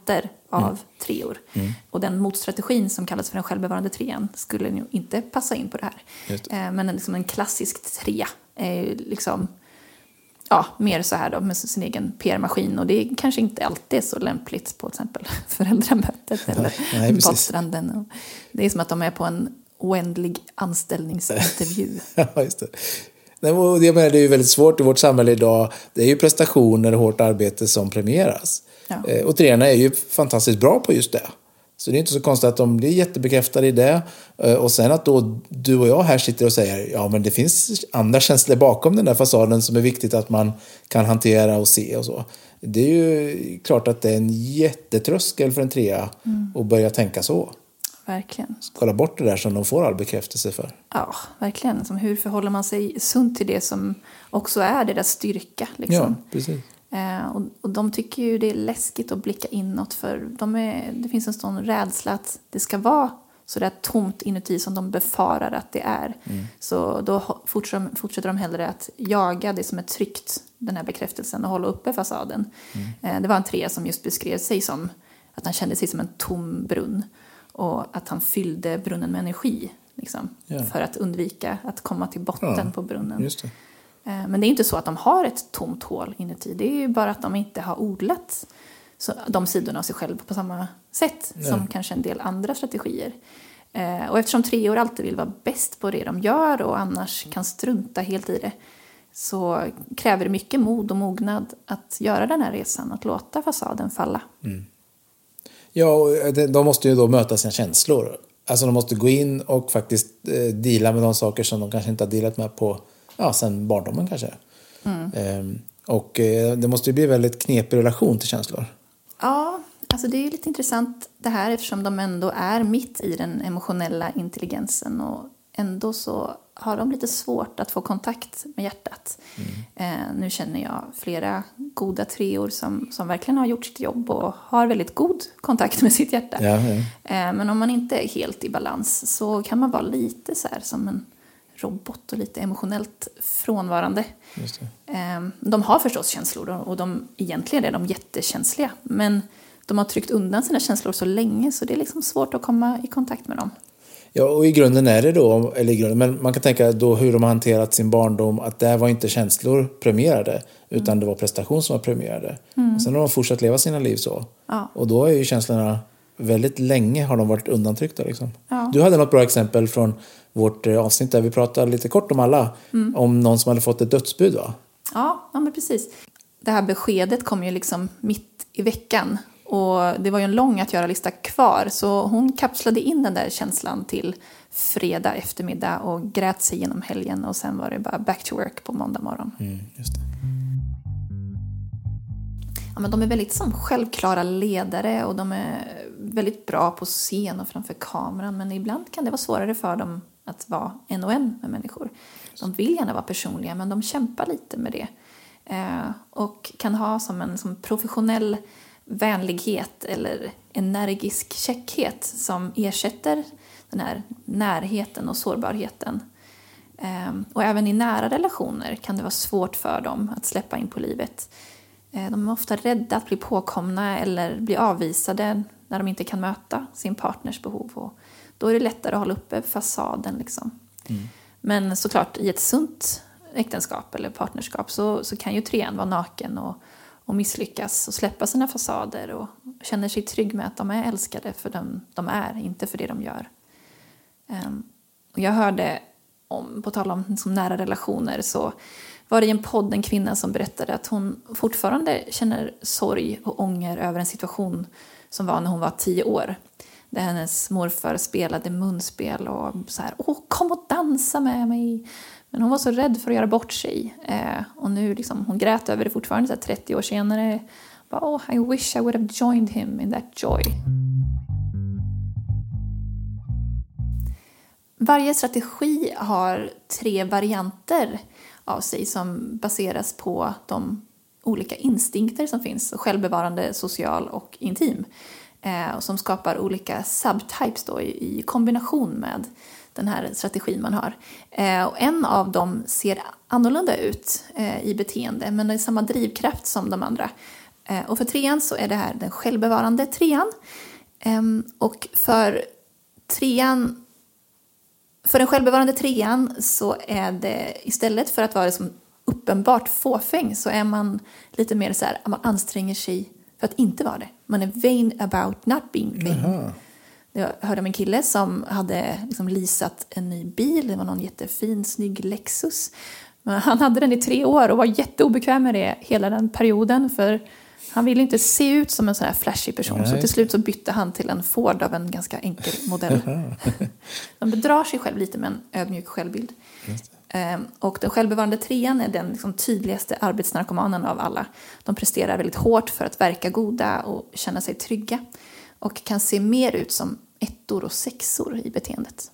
av mm. treor. Mm. Och den motstrategin som kallas för den självbevarande trean skulle nog inte passa in på det här. Det. Eh, men en, liksom en klassisk trea är ju liksom ja, mer så här då med sin egen P R-maskin. Och det är kanske inte alltid är så lämpligt på till exempel föräldramötet eller Nej, badstranden. Det är som att de är på en oändlig anställningsintervju. Ja, just det. Nej, och det, menar, det är ju väldigt svårt i vårt samhälle idag. Det är ju prestationer och hårt arbete som premieras. Ja. Eh, och tränarna är ju fantastiskt bra på just det. Så det är inte så konstigt att de blir jättebekräftade i det. Eh, och sen att då du och jag här sitter och säger ja men det finns andra känslor bakom den där fasaden som är viktigt att man kan hantera och se och så. Det är ju klart att det är en jättetröskel för en trea mm. att börja tänka så. Verkligen. Kolla bort det där som de får all bekräftelse för. Ja, verkligen. Som hur förhåller man sig sunt till det som också är deras styrka? Liksom. Ja, precis. Eh, och, och de tycker ju det är läskigt att blicka inåt för de är, det finns en sån rädsla att det ska vara så där tomt inuti som de befarar att det är. Mm. Så då fortsätter de, fortsätter de hellre att jaga det som är tryggt, den här bekräftelsen, och hålla uppe fasaden. Mm. Eh, det var en trea som just beskrev sig som att han kände sig som en tom brunn. Och att han fyllde brunnen med energi liksom, ja. För att undvika att komma till botten ja, på brunnen. Just det. Men det är inte så att de har ett tomt hål inuti. Det är ju bara att de inte har odlat de sidorna av sig själv på samma sätt ja. Som kanske en del andra strategier. Och eftersom treor alltid vill vara bäst på det de gör och annars kan strunta helt i det, så kräver det mycket mod och mognad att göra den här resan, att låta fasaden falla. Mm. Ja, de måste ju då möta sina känslor. Alltså de måste gå in och faktiskt eh, deala med de saker som de kanske inte har dealat med på, ja, sen barndomen kanske. Mm. Ehm, och eh, det måste ju bli en väldigt knepig relation till känslor. Ja, alltså det är lite intressant det här eftersom de ändå är mitt i den emotionella intelligensen och ändå så har de lite svårt att få kontakt med hjärtat. Mm. Eh, nu känner jag flera goda treor som, som verkligen har gjort sitt jobb och har väldigt god kontakt med sitt hjärta. Ja, ja. Eh, men om man inte är helt i balans så kan man vara lite så här som en robot och lite emotionellt frånvarande. Just det. Eh, de har förstås känslor och de, egentligen är de jättekänsliga. Men de har tryckt undan sina känslor så länge så det är liksom svårt att komma i kontakt med dem. Ja, och i grunden är det då, eller i grunden, men man kan tänka då hur de har hanterat sin barndom, att det var inte känslor premierade, utan mm. det var prestation som var premierade. Mm. Och sen har de fortsatt leva sina liv så. Ja. Och då är ju känslorna, väldigt länge har de varit undantryckta liksom. Ja. Du hade något bra exempel från vårt avsnitt där vi pratade lite kort om alla, mm. om någon som hade fått ett dödsbud va? Ja, ja men precis. Det här beskedet kom ju liksom mitt i veckan. Och det var ju en lång att göra-lista kvar. Så hon kapslade in den där känslan till fredag eftermiddag och grät sig genom helgen. Och sen var det bara back to work på måndag morgon. Mm, just det. Ja, men de är väldigt som självklara ledare och de är väldigt bra på scen och framför kameran. Men ibland kan det vara svårare för dem att vara en och en med människor. De vill gärna vara personliga men de kämpar lite med det. Eh, och kan ha som en som professionell vänlighet eller energisk käckhet som ersätter den här närheten och sårbarheten. Um, och även i nära relationer kan det vara svårt för dem att släppa in på livet. Uh, de är ofta rädda att bli påkomna eller bli avvisade när de inte kan möta sin partners behov. Och då är det lättare att hålla uppe fasaden. Liksom. Mm. Men såklart i ett sunt äktenskap eller partnerskap så, så kan ju trean vara naken och och misslyckas och släppa sina fasader och känner sig trygg med att de är älskade för dem de är, inte för det de gör. Um, och jag hörde, om, på tal om som nära relationer, så var det i en podd en kvinna som berättade att hon fortfarande känner sorg och ånger över en situation som var när hon var tio år. Där hennes morfar spelade munspel och så här, åh kom och dansa med mig. Men hon var så rädd för att göra bort sig. Eh, och nu liksom, hon grät över det fortfarande så här, trettio år senare. Bara, oh, I wish I would have joined him in that joy. Varje strategi har tre varianter av sig som baseras på de olika instinkter som finns. Självbevarande, social och intim. Eh, och som skapar olika subtypes då, i, i kombination med den här strategin man har. Eh, och en av dem ser annorlunda ut eh, i beteende, men det är samma drivkraft som de andra. Och för trean så är det här den självbevarande trean. Och för trean, för den självbevarande trean så är det istället för att vara liksom uppenbart fåfäng så är man lite mer så här, man anstränger sig för att inte vara det. Man är vain about not being vain. Jaha. Jag hörde om en kille som hade liksom leasat en ny bil. Det var någon jättefin, snygg Lexus. Men han hade den i tre år och var jätteobekväm med det hela den perioden. För han ville inte se ut som en sån här flashig person. Nej. Så till slut så bytte han till en Ford av en ganska enkel modell. De bedrar sig själv lite med en ödmjuk självbild. Ehm, och den självbevarande trean är den liksom tydligaste arbetsnarkomanen av alla. De presterar väldigt hårt för att verka goda och känna sig trygga. Och kan se mer ut som ettor och sexor i beteendet.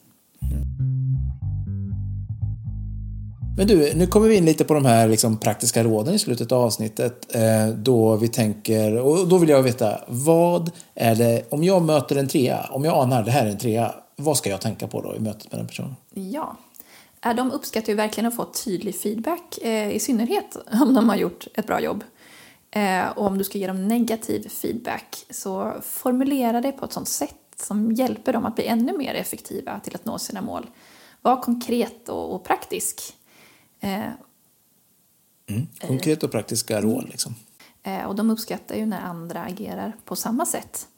Men du, nu kommer vi in lite på de här liksom praktiska råden i slutet av avsnittet. Eh, då vi tänker, och då vill jag veta, vad är det, om jag möter en trea, om jag anar det här är en trea, vad ska jag tänka på då i mötet med den personen? Ja, de uppskattar ju verkligen att få tydlig feedback, eh, i synnerhet om de har gjort ett bra jobb. Eh, och om du ska ge dem negativ feedback så formulera det på ett sånt sätt som hjälper dem att bli ännu mer effektiva till att nå sina mål. Var konkret och, och praktisk. Eh, mm, konkret och praktiska råd liksom. Eh, och de uppskattar ju när andra agerar på samma sätt.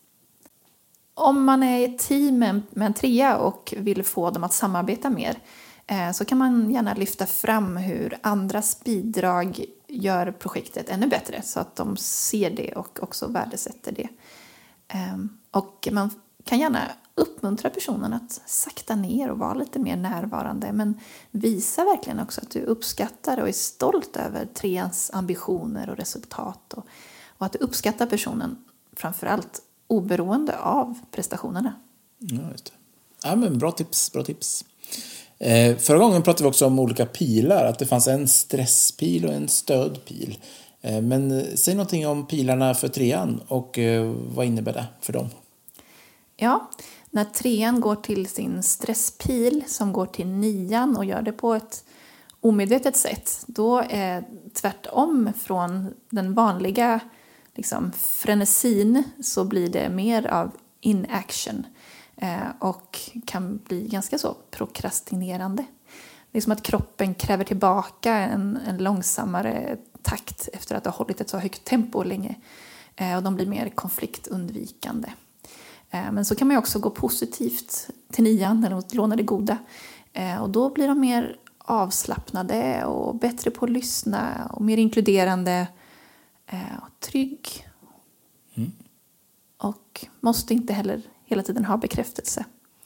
Om man är i ett team med, med en trea och vill få dem att samarbeta mer eh, så kan man gärna lyfta fram hur andras bidrag gör projektet ännu bättre så att de ser det och också värdesätter det. Um, och man kan gärna uppmuntra personen att sakta ner och vara lite mer närvarande, men visa verkligen också att du uppskattar och är stolt över treans ambitioner och resultat och, och att du uppskattar personen framförallt oberoende av prestationerna. Ja, just det. Ja, men bra tips, bra tips. Eh, förra gången pratade vi också om olika pilar, att det fanns en stresspil och en stödpil. Eh, men eh, säg någonting om pilarna för trean och eh, vad innebär det för dem? Ja, när trean går till sin stresspil som går till nian och gör det på ett omedvetet sätt, då är tvärtom från den vanliga liksom, frenesin så blir det mer av inaction. Och kan bli ganska så prokrastinerande. Det är som att kroppen kräver tillbaka en, en långsammare takt efter att ha hållit ett så högt tempo länge. Och de blir mer konfliktundvikande. Men så kan man ju också gå positivt till nian eller låna det goda. Och då blir de mer avslappnade och bättre på att lyssna och mer inkluderande och trygg. Mm. Och måste inte heller hela tiden ha bekräftelse.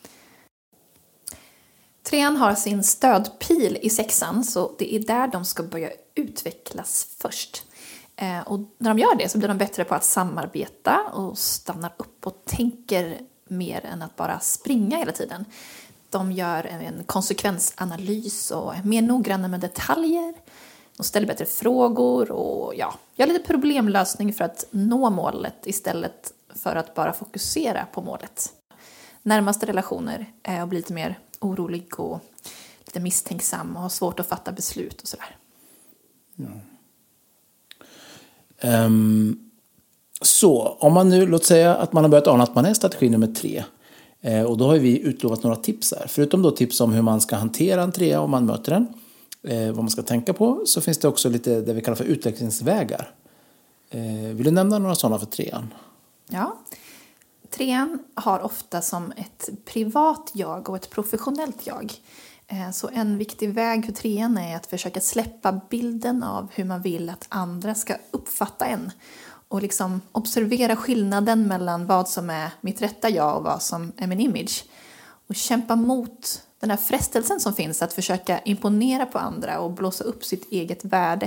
Trean har sin stödpil i sexan så det är där de ska börja utvecklas först. Eh, och när de gör det så blir de bättre på att samarbeta och stannar upp och tänker mer än att bara springa hela tiden. De gör en konsekvensanalys och är mer noggranna med detaljer. De ställer bättre frågor och ja, gör lite problemlösning för att nå målet istället för att bara fokusera på målet. Närmaste relationer är att bli lite mer orolig och lite misstänksam och ha svårt att fatta beslut och sådär. Ja. Um, så, om man nu, låt säga att man har börjat ana att man är strategi nummer tre. Eh, och då har vi utlovat några tips här. Förutom då tips om hur man ska hantera en trea om man möter den. Eh, vad man ska tänka på. Så finns det också lite det vi kallar för utvecklingsvägar. Eh, vill du nämna några sådana för trean? Ja, trean har ofta som ett privat jag och ett professionellt jag. Så en viktig väg för trean är att försöka släppa bilden av hur man vill att andra ska uppfatta en. Och liksom observera skillnaden mellan vad som är mitt rätta jag och vad som är min image. Och kämpa mot den här frestelsen som finns att försöka imponera på andra och blåsa upp sitt eget värde.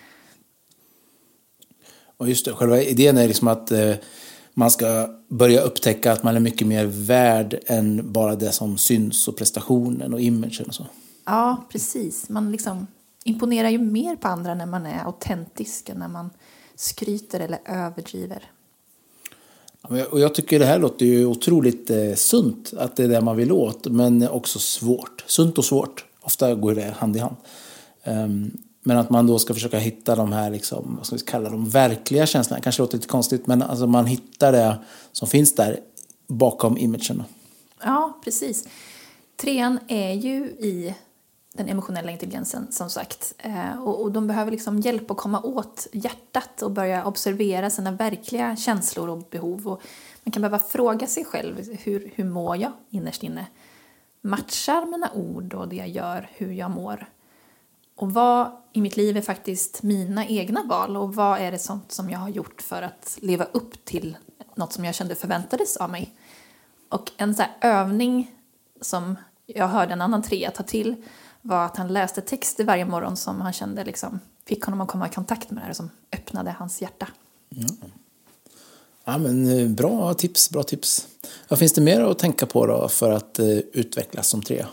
Och just det, själva idén är liksom att eh, man ska börja upptäcka att man är mycket mer värd än bara det som syns och prestationen och imagen och så. Ja, precis. Man liksom imponerar ju mer på andra när man är autentisk än när man skryter eller överdriver. Ja, och jag tycker det här låter ju otroligt eh, sunt att det är det man vill åt, men också svårt. Sunt och svårt. Ofta går det hand i hand. Um, Men att man då ska försöka hitta de här, liksom, vad ska vi kalla dem, verkliga känslorna. Kanske låter lite konstigt, men alltså man hittar det som finns där bakom imagen. Ja, precis. Trean är ju i den emotionella intelligensen, som sagt. Eh, och, och de behöver liksom hjälp att komma åt hjärtat och börja observera sina verkliga känslor och behov. Och man kan behöva fråga sig själv, hur, hur mår jag innerst inne? Matchar mina ord och det jag gör hur jag mår? Och vad i mitt liv är faktiskt mina egna val? Och vad är det sånt som jag har gjort för att leva upp till något som jag kände förväntades av mig? Och en sån här övning som jag hörde en annan trea ta till var att han läste texter varje morgon som han kände liksom fick honom att komma i kontakt med det här, som öppnade hans hjärta. Ja. Ja, men bra tips, bra tips. Vad finns det mer att tänka på då för att uh, utvecklas som trea?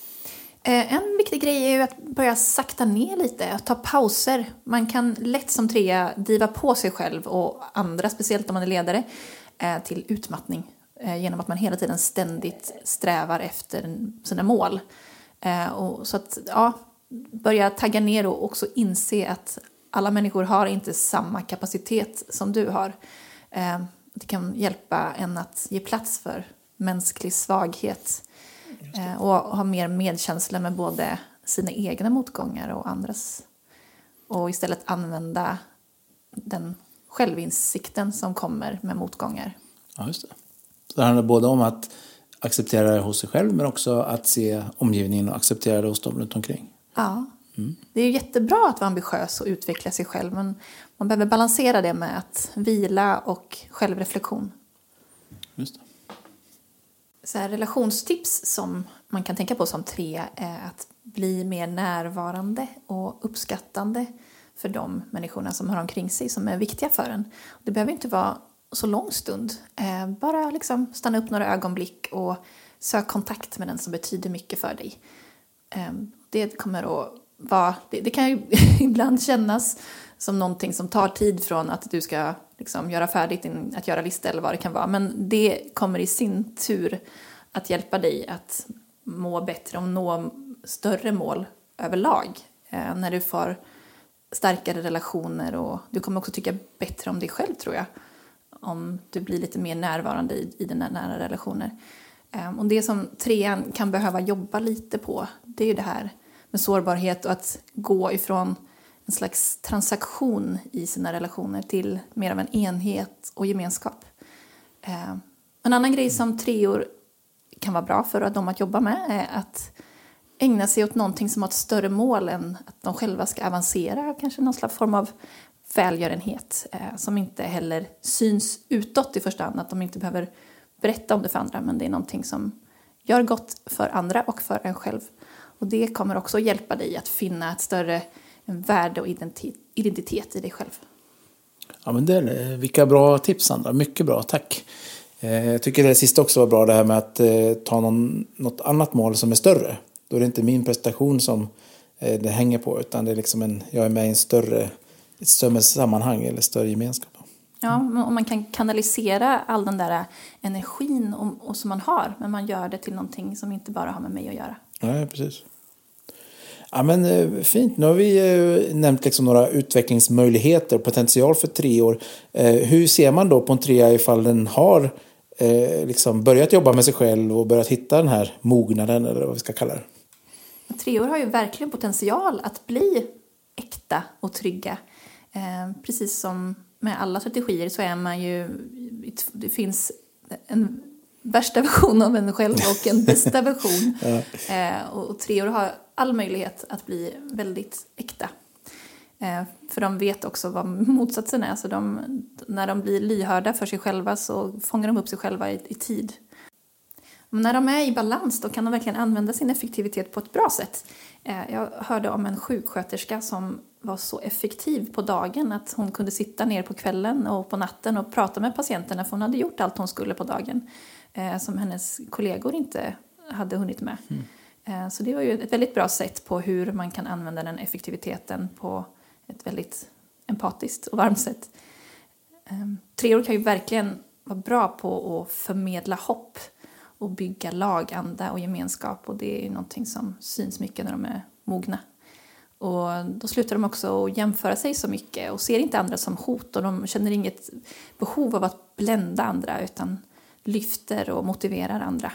En viktig grej är ju att börja sakta ner lite, att ta pauser. Man kan lätt som trea diva på sig själv och andra, speciellt om man är ledare, till utmattning. Genom att man hela tiden ständigt strävar efter sina mål. Och så att, ja, börja tagga ner och också inse att alla människor har inte samma kapacitet som du har. Det kan hjälpa en att ge plats för mänsklig svaghet. Och ha mer medkänsla med både sina egna motgångar och andras. Och istället använda den självinsikten som kommer med motgångar. Ja, just det. Så det handlar både om att acceptera det hos sig själv, men också att se omgivningen och acceptera det hos dem runt omkring. Ja, mm. Det är ju jättebra att vara ambitiös och utveckla sig själv, men man behöver balansera det med att vila och självreflektion. Just det. Så här, relationstips som man kan tänka på som tre är att bli mer närvarande och uppskattande för de människorna som har omkring sig, som är viktiga för en. Det behöver inte vara så lång stund. Eh, bara liksom stanna upp några ögonblick och sök kontakt med den som betyder mycket för dig. Eh, det kommer att vara, det, det kan ju ibland kännas som någonting som tar tid från att du ska liksom göra färdigt din att göra lista eller vad det kan vara. Men det kommer i sin tur att hjälpa dig att må bättre och nå större mål överlag. Eh, när du får starkare relationer, och du kommer också tycka bättre om dig själv, tror jag. Om du blir lite mer närvarande i, i dina nära relationer. Eh, och det som trean kan behöva jobba lite på, det är ju det här med sårbarhet och att gå ifrån en slags transaktion i sina relationer till mer av en enhet och gemenskap. Eh, en annan grej som treor kan vara bra för dem att jobba med är att ägna sig åt någonting som har ett större mål än att de själva ska avancera. Kanske någon slags form av välgörenhet eh, som inte heller syns utåt i första hand. Att de inte behöver berätta om det för andra, men det är någonting som gör gott för andra och för en själv. Och det kommer också hjälpa dig att finna ett större värde och identitet, identitet i dig själv. Ja, men det är, vilka bra tips, Sandra. Mycket bra, tack. Jag tycker det sista också var bra, det här med att eh, ta någon, något annat mål som är större. Då är det inte min prestation som eh, det hänger på, utan det är liksom en, jag är med i en större, ett större sammanhang eller större gemenskap. Ja, och man kan kanalisera all den där energin och, och som man har, men man gör det till någonting som inte bara har med mig att göra. Nej, precis. Ja, men eh, fint. Nu har vi eh, nämnt liksom några utvecklingsmöjligheter, potential för tre år. Eh, hur ser man då på en trea ifall den har eh, liksom börjat jobba med sig själv och börjat hitta den här mognaden, eller vad vi ska kalla det? Treor har ju verkligen potential att bli äkta och trygga. Eh, precis som med alla strategier så är man ju, det finns en värsta version av en själv och en bästa version. Ja. Eh, och, och treor har all möjlighet att bli väldigt äkta. Eh, för de vet också vad motsatsen är. Så de, när de blir lyhörda för sig själva så fångar de upp sig själva i, i tid. Och när de är i balans då kan de verkligen använda sin effektivitet på ett bra sätt. Eh, jag hörde om en sjuksköterska som var så effektiv på dagen att hon kunde sitta ner på kvällen och på natten och prata med patienterna, för hon hade gjort allt hon skulle på dagen eh, som hennes kollegor inte hade hunnit med. Mm. Eh, så det var ju ett väldigt bra sätt på hur man kan använda den effektiviteten på ett väldigt empatiskt och varmt sätt. Eh, treor kan ju verkligen vara bra på att förmedla hopp och bygga laganda och gemenskap, och det är ju någonting som syns mycket när de är mogna. Och då slutar de också att jämföra sig så mycket och ser inte andra som hot. Och de känner inget behov av att blända andra utan lyfter och motiverar andra.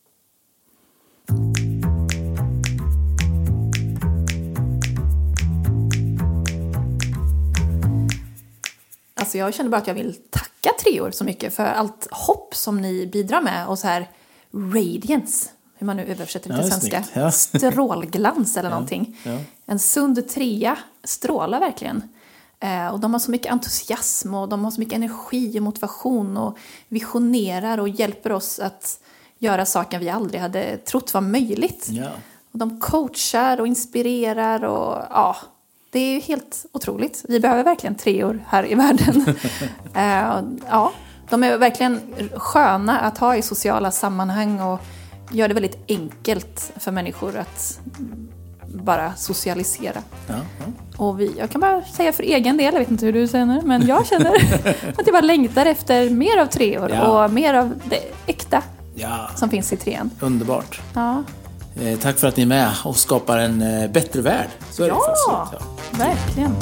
Alltså jag känner bara att jag vill tacka treor så mycket för allt hopp som ni bidrar med. Och så här radiance, hur man nu översätter det till ja, svenska. Ja. Strålglans eller ja, någonting. Ja. En sund trea strålar verkligen. Eh, och de har så mycket entusiasm och de har så mycket energi och motivation och visionerar och hjälper oss att göra saker vi aldrig hade trott var möjligt. Ja. Och de coachar och inspirerar och ja, det är ju helt otroligt. Vi behöver verkligen treor här i världen. uh, ja, de är verkligen sköna att ha i sociala sammanhang och gör det väldigt enkelt för människor att bara socialisera. Ja, ja. Och vi, jag kan bara säga för egen del, jag vet inte hur du känner, men jag känner att jag bara längtar efter mer av treor ja. och mer av det äkta ja. som finns i trean. Underbart. Ja. Eh, tack för att ni är med och skapar en eh, bättre värld. Så är ja, det faktiskt. Ja, verkligen.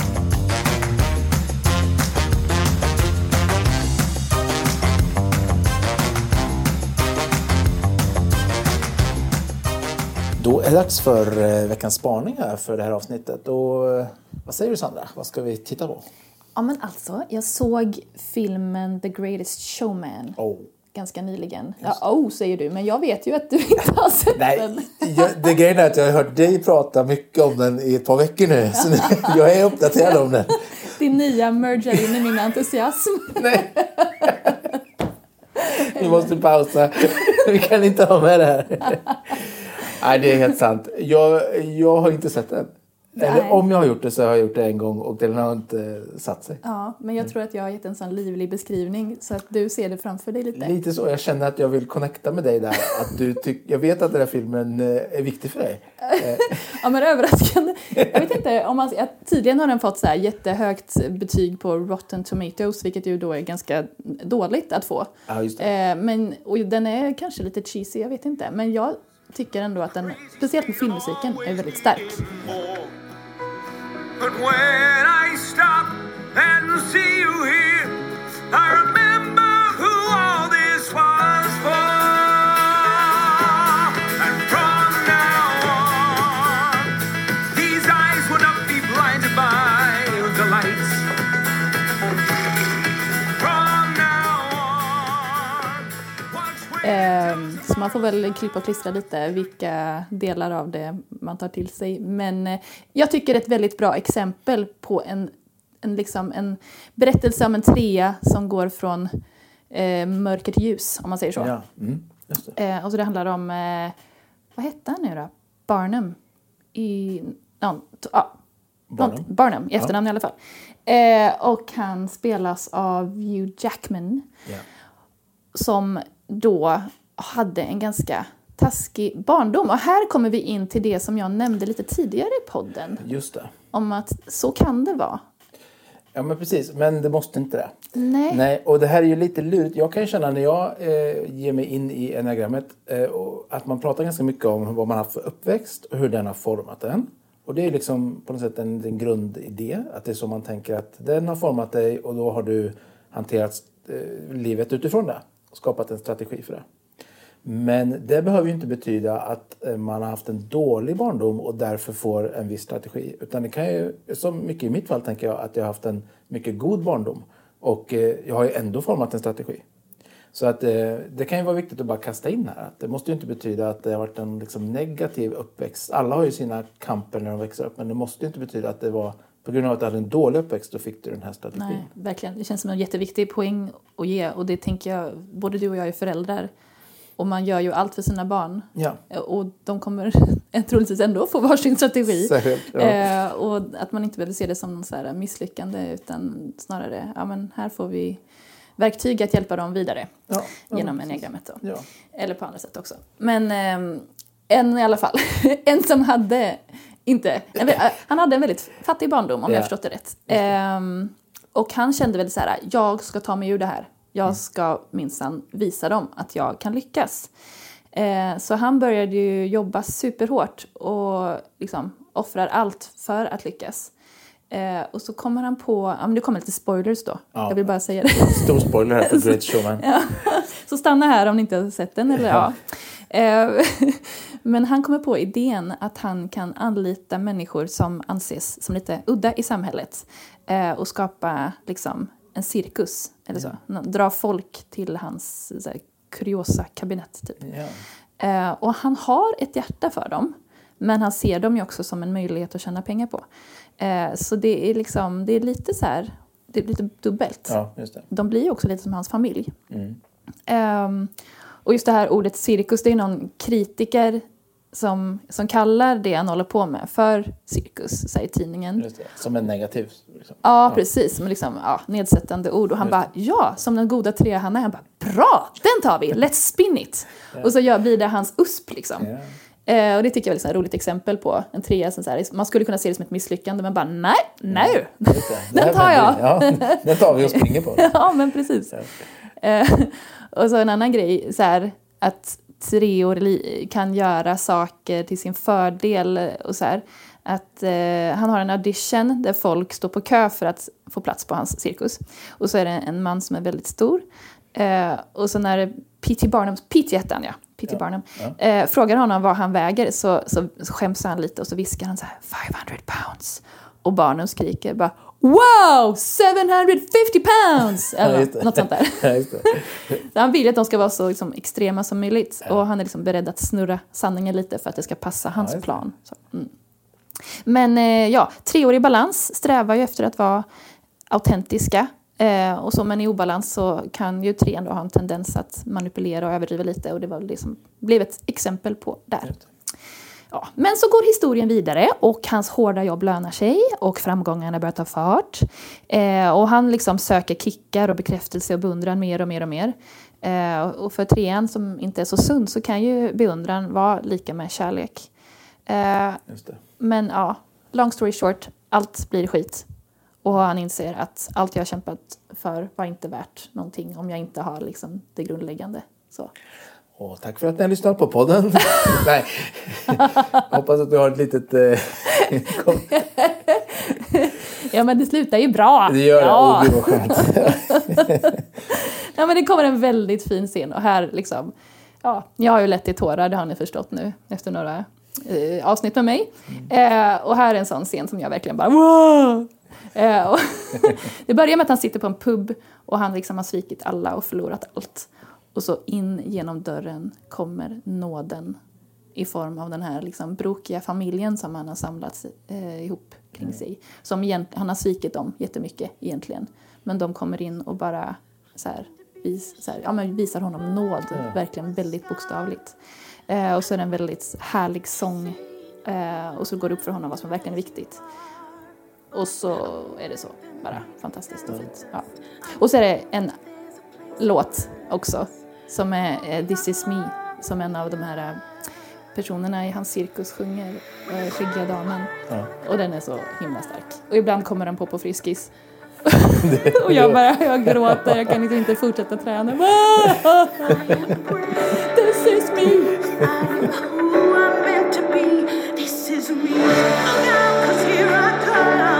Då är det dags för eh, veckans spaning här för det här avsnittet. Och, eh, vad säger du Sandra? Vad ska vi titta på? Ja men alltså, jag såg filmen The Greatest Showman. Oh. Ganska nyligen. Ja, oh, säger du. Men jag vet ju att du inte har sett Nej, den. jag, det grejen är att jag har hört dig prata mycket om den i ett par veckor nu. Så nu, jag är uppdaterad om den. Din nya merger in i min entusiasm. Nej. Vi måste pausa. Vi kan inte ha med det här. Nej, det är helt sant. Jag, jag har inte sett den. Eller om jag har gjort det så har jag gjort det en gång och den har inte satt sig. Ja, men jag tror att jag har gett en sån livlig beskrivning så att du ser det framför dig lite. Lite så, jag känner att jag vill connecta med dig där. Att du tyck, jag vet att den här filmen är viktig för dig. Ja, men överraskande. Jag vet inte, om man, tydligen har den fått så här jättehögt betyg på Rotten Tomatoes, vilket ju då är ganska dåligt att få. Ja, just det. Men, och den är kanske lite cheesy, jag vet inte. Men jag tycker ändå att den, speciellt med filmmusiken, är väldigt stark. But when I stop and see you here, I remember who all this was for. And from now on, these eyes will not be blinded by the lights. From now on, watch where... Så man får väl klippa och klistra lite vilka delar av det man tar till sig. Men jag tycker det är ett väldigt bra exempel på en, en, liksom en berättelse om en trea som går från eh, mörker till ljus, om man säger så. Ja. Mm, just det. Eh, och så det handlar om, eh, vad hette han nu då? Barnum. I, no, to, ah, Barnum. Barnum, i efternamn ja. i alla fall. Eh, och han spelas av Hugh Jackman. Ja. Som då hade en ganska taskig barndom. Och här kommer vi in till det som jag nämnde lite tidigare i podden. Just det. Om att så kan det vara. Ja, men precis. Men det måste inte det. Nej. Nej, och det här är ju lite lurigt. Jag kan ju känna när jag eh, ger mig in i enagrammet eh, och att man pratar ganska mycket om vad man har för uppväxt och hur den har format den. Och det är liksom på något sätt en, en grundidé. Att det är så man tänker att den har format dig och då har du hanterat eh, livet utifrån det. Och skapat en strategi för det. Men det behöver ju inte betyda att man har haft en dålig barndom och därför får en viss strategi. Utan det kan ju, som mycket i mitt fall tänker jag, att jag har haft en mycket god barndom. Och jag har ju ändå format en strategi. Så att det kan ju vara viktigt att bara kasta in här. Det måste ju inte betyda att det har varit en liksom negativ uppväxt. Alla har ju sina kamper när de växer upp. Men det måste ju inte betyda att det var på grund av att du hade en dålig uppväxt och fick du den här strategin. Nej, verkligen. Det känns som en jätteviktig poäng att ge. Och det tänker jag, både du och jag är föräldrar. Och man gör ju allt för sina barn. Ja. Och de kommer troligtvis ändå få varsin strategi. Säkert, ja. eh, och att man inte behöver se det som någon så här misslyckande. Utan snarare, ja men här får vi verktyg att hjälpa dem vidare. Ja, ja, genom enagrammet då. Ja. Eller på andra sätt också. Men eh, en i alla fall. En som hade inte... En, han hade en väldigt fattig barndom om ja. jag förstått det rätt. Eh, och han kände väl så här, jag ska ta mig ur det här. Jag ska minsann visa dem att jag kan lyckas. Eh, så han började ju jobba superhårt och liksom offrar allt för att lyckas. Eh, och så kommer han på, ja men det kommer lite spoilers då. Ja. Jag vill bara säga det. Stor spoiler här för Great Showman. Ja. Så stanna här om ni inte har sett den. Eller, ja. Ja. Eh, men han kommer på idén att han kan anlita människor som anses som lite udda i samhället. Eh, och skapa liksom en cirkus. Eller så. Mm. Dra folk till hans så här, kuriosa kabinett typ. Ja. Eh, och han har ett hjärta för dem. Men han ser dem ju också som en möjlighet att tjäna pengar på. Eh, så det är liksom, det är lite så här, det är lite dubbelt. Ja, just det. De blir ju också lite som hans familj. Mm. Eh, och just det här ordet cirkus, det är någon kritiker som, som kallar det han håller på med för cirkus, säger tidningen. Just det. Som en negativ. Liksom. Ja, ja, precis. Som liksom, ja, nedsättande ord. Och han bara, ja, som den goda trea han är. Han bara, bra, den tar vi, let's spin it. Ja. Och så gör, blir det hans usp liksom. Ja. Eh, och det tycker jag är ett roligt exempel på en trea som så här, man skulle kunna se det som ett misslyckande, men bara nej, nej. Mm, den tar jag. Ja, den tar vi och springer på. Ja, men precis. Eh, och så en annan grej så här, att treor kan göra saker till sin fördel och så här, att eh, han har en audition där folk står på kö för att få plats på hans cirkus. Och så är det en man som är väldigt stor. Eh, och så när P T Barnum, P T hette han, ja. P T ja. Barnum. Ja. Eh, frågar honom vad han väger så, så skäms han lite och så viskar han så här five hundred pounds. Och Barnum skriker bara wow, seven hundred fifty pounds! Eller ja, något sånt där. Ja, just det. Så han vill att de ska vara så liksom, extrema som möjligt. Ja. Och han är liksom beredd att snurra sanningen lite för att det ska passa hans ja, plan. Så, mm. Men eh, ja, treårig balans strävar ju efter att vara autentiska. Eh, och så, men i obalans så kan ju trean då ha en tendens att manipulera och överdriva lite. Och det var det som blev ett exempel på där. Ja, men så går historien vidare och hans hårda jobb lönar sig och framgångarna börjar ta fart. Eh, och han liksom söker kickar och bekräftelse och beundran mer och mer och mer. Eh, och för trean som inte är så sund så kan ju beundran vara lika med kärlek. Eh, Just det. Men ja, long story short, allt blir skit. Och han inser att allt jag har kämpat för var inte värt någonting om jag inte har liksom det grundläggande. Så. Och tack för att ni har lyssnat på podden. Nej, hoppas att du har ett litet... Eh, ja, men det slutar ju bra. Det gör det, ja. Och det var skönt. Ja, men det kommer en väldigt fin scen. Och här liksom... Ja, jag har ju lätt i tårar, det har ni förstått nu. Efter några eh, avsnitt med mig. Mm. Eh, och här är en sån scen som jag verkligen bara... Wow! Eh, och det börjar med att han sitter på en pub. Och han liksom har svikit alla och förlorat allt. Och så in genom dörren kommer nåden i form av den här liksom brokiga familjen som han har samlat eh, ihop kring sig. Som egent- han har svikit dem jättemycket egentligen. Men de kommer in och bara så här, vis, så här, ja, men visar honom nåd. Mm. Verkligen väldigt bokstavligt. Eh, och så är det en väldigt härlig sång. Eh, och så går det upp för honom vad som verkligen är viktigt. Och så är det så bara fantastiskt och fint. Ja. Och så är det en låt också som är eh, This is me, som en av de här eh, personerna i hans cirkus sjunger, eh, Skygga damen. Ja. Och den är så himla stark. Och ibland kommer den på på Friskis. Och jag bara, jag gråter, jag kan inte fortsätta träna. This is me. I'm who I'm meant to be. This is me. Look out, 'cause here I come.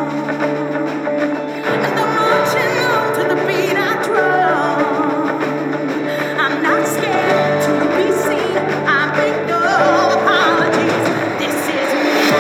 And I'm marching on to the beat I drum. I'm not scared to be seen. I make no apologies. This is me.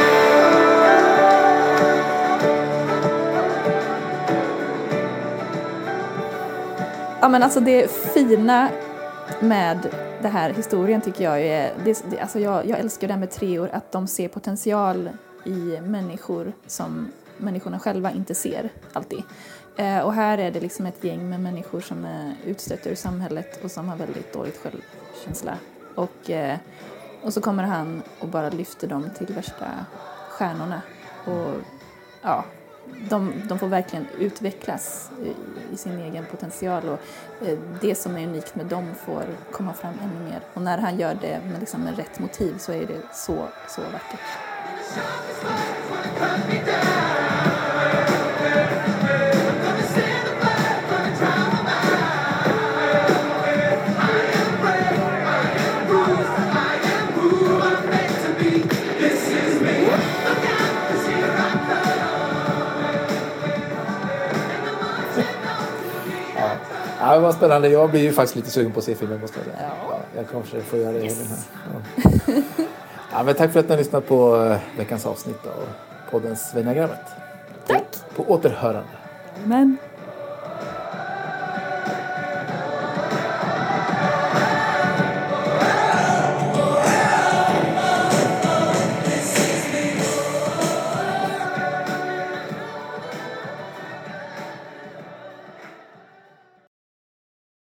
Ja, men alltså det fina med det här historien tycker jag är, det, det, alltså jag, jag älskar det här med treor, att de ser potential i människor som människorna själva inte ser alltid. Eh, och här är det liksom ett gäng med människor som är utstötta ur samhället och som har väldigt dåligt självkänsla. Och, eh, och så kommer han och bara lyfter dem till värsta stjärnorna. Och ja, de, de får verkligen utvecklas i, i sin egen potential. Och eh, det som är unikt med dem får komma fram ännu mer. Och när han gör det med, liksom, med rätt motiv så är det så, så vackert. This is me. det var spännande. Jag blir ju faktiskt lite sugen på att se filmen, måste jag säga. Ja. Ja, jag kanske får göra det. Yes. Här. Ja. Ja, men tack för att ni har lyssnat på veckans avsnitt av podden Svenagrammet. Tack. På, på återhörande. Men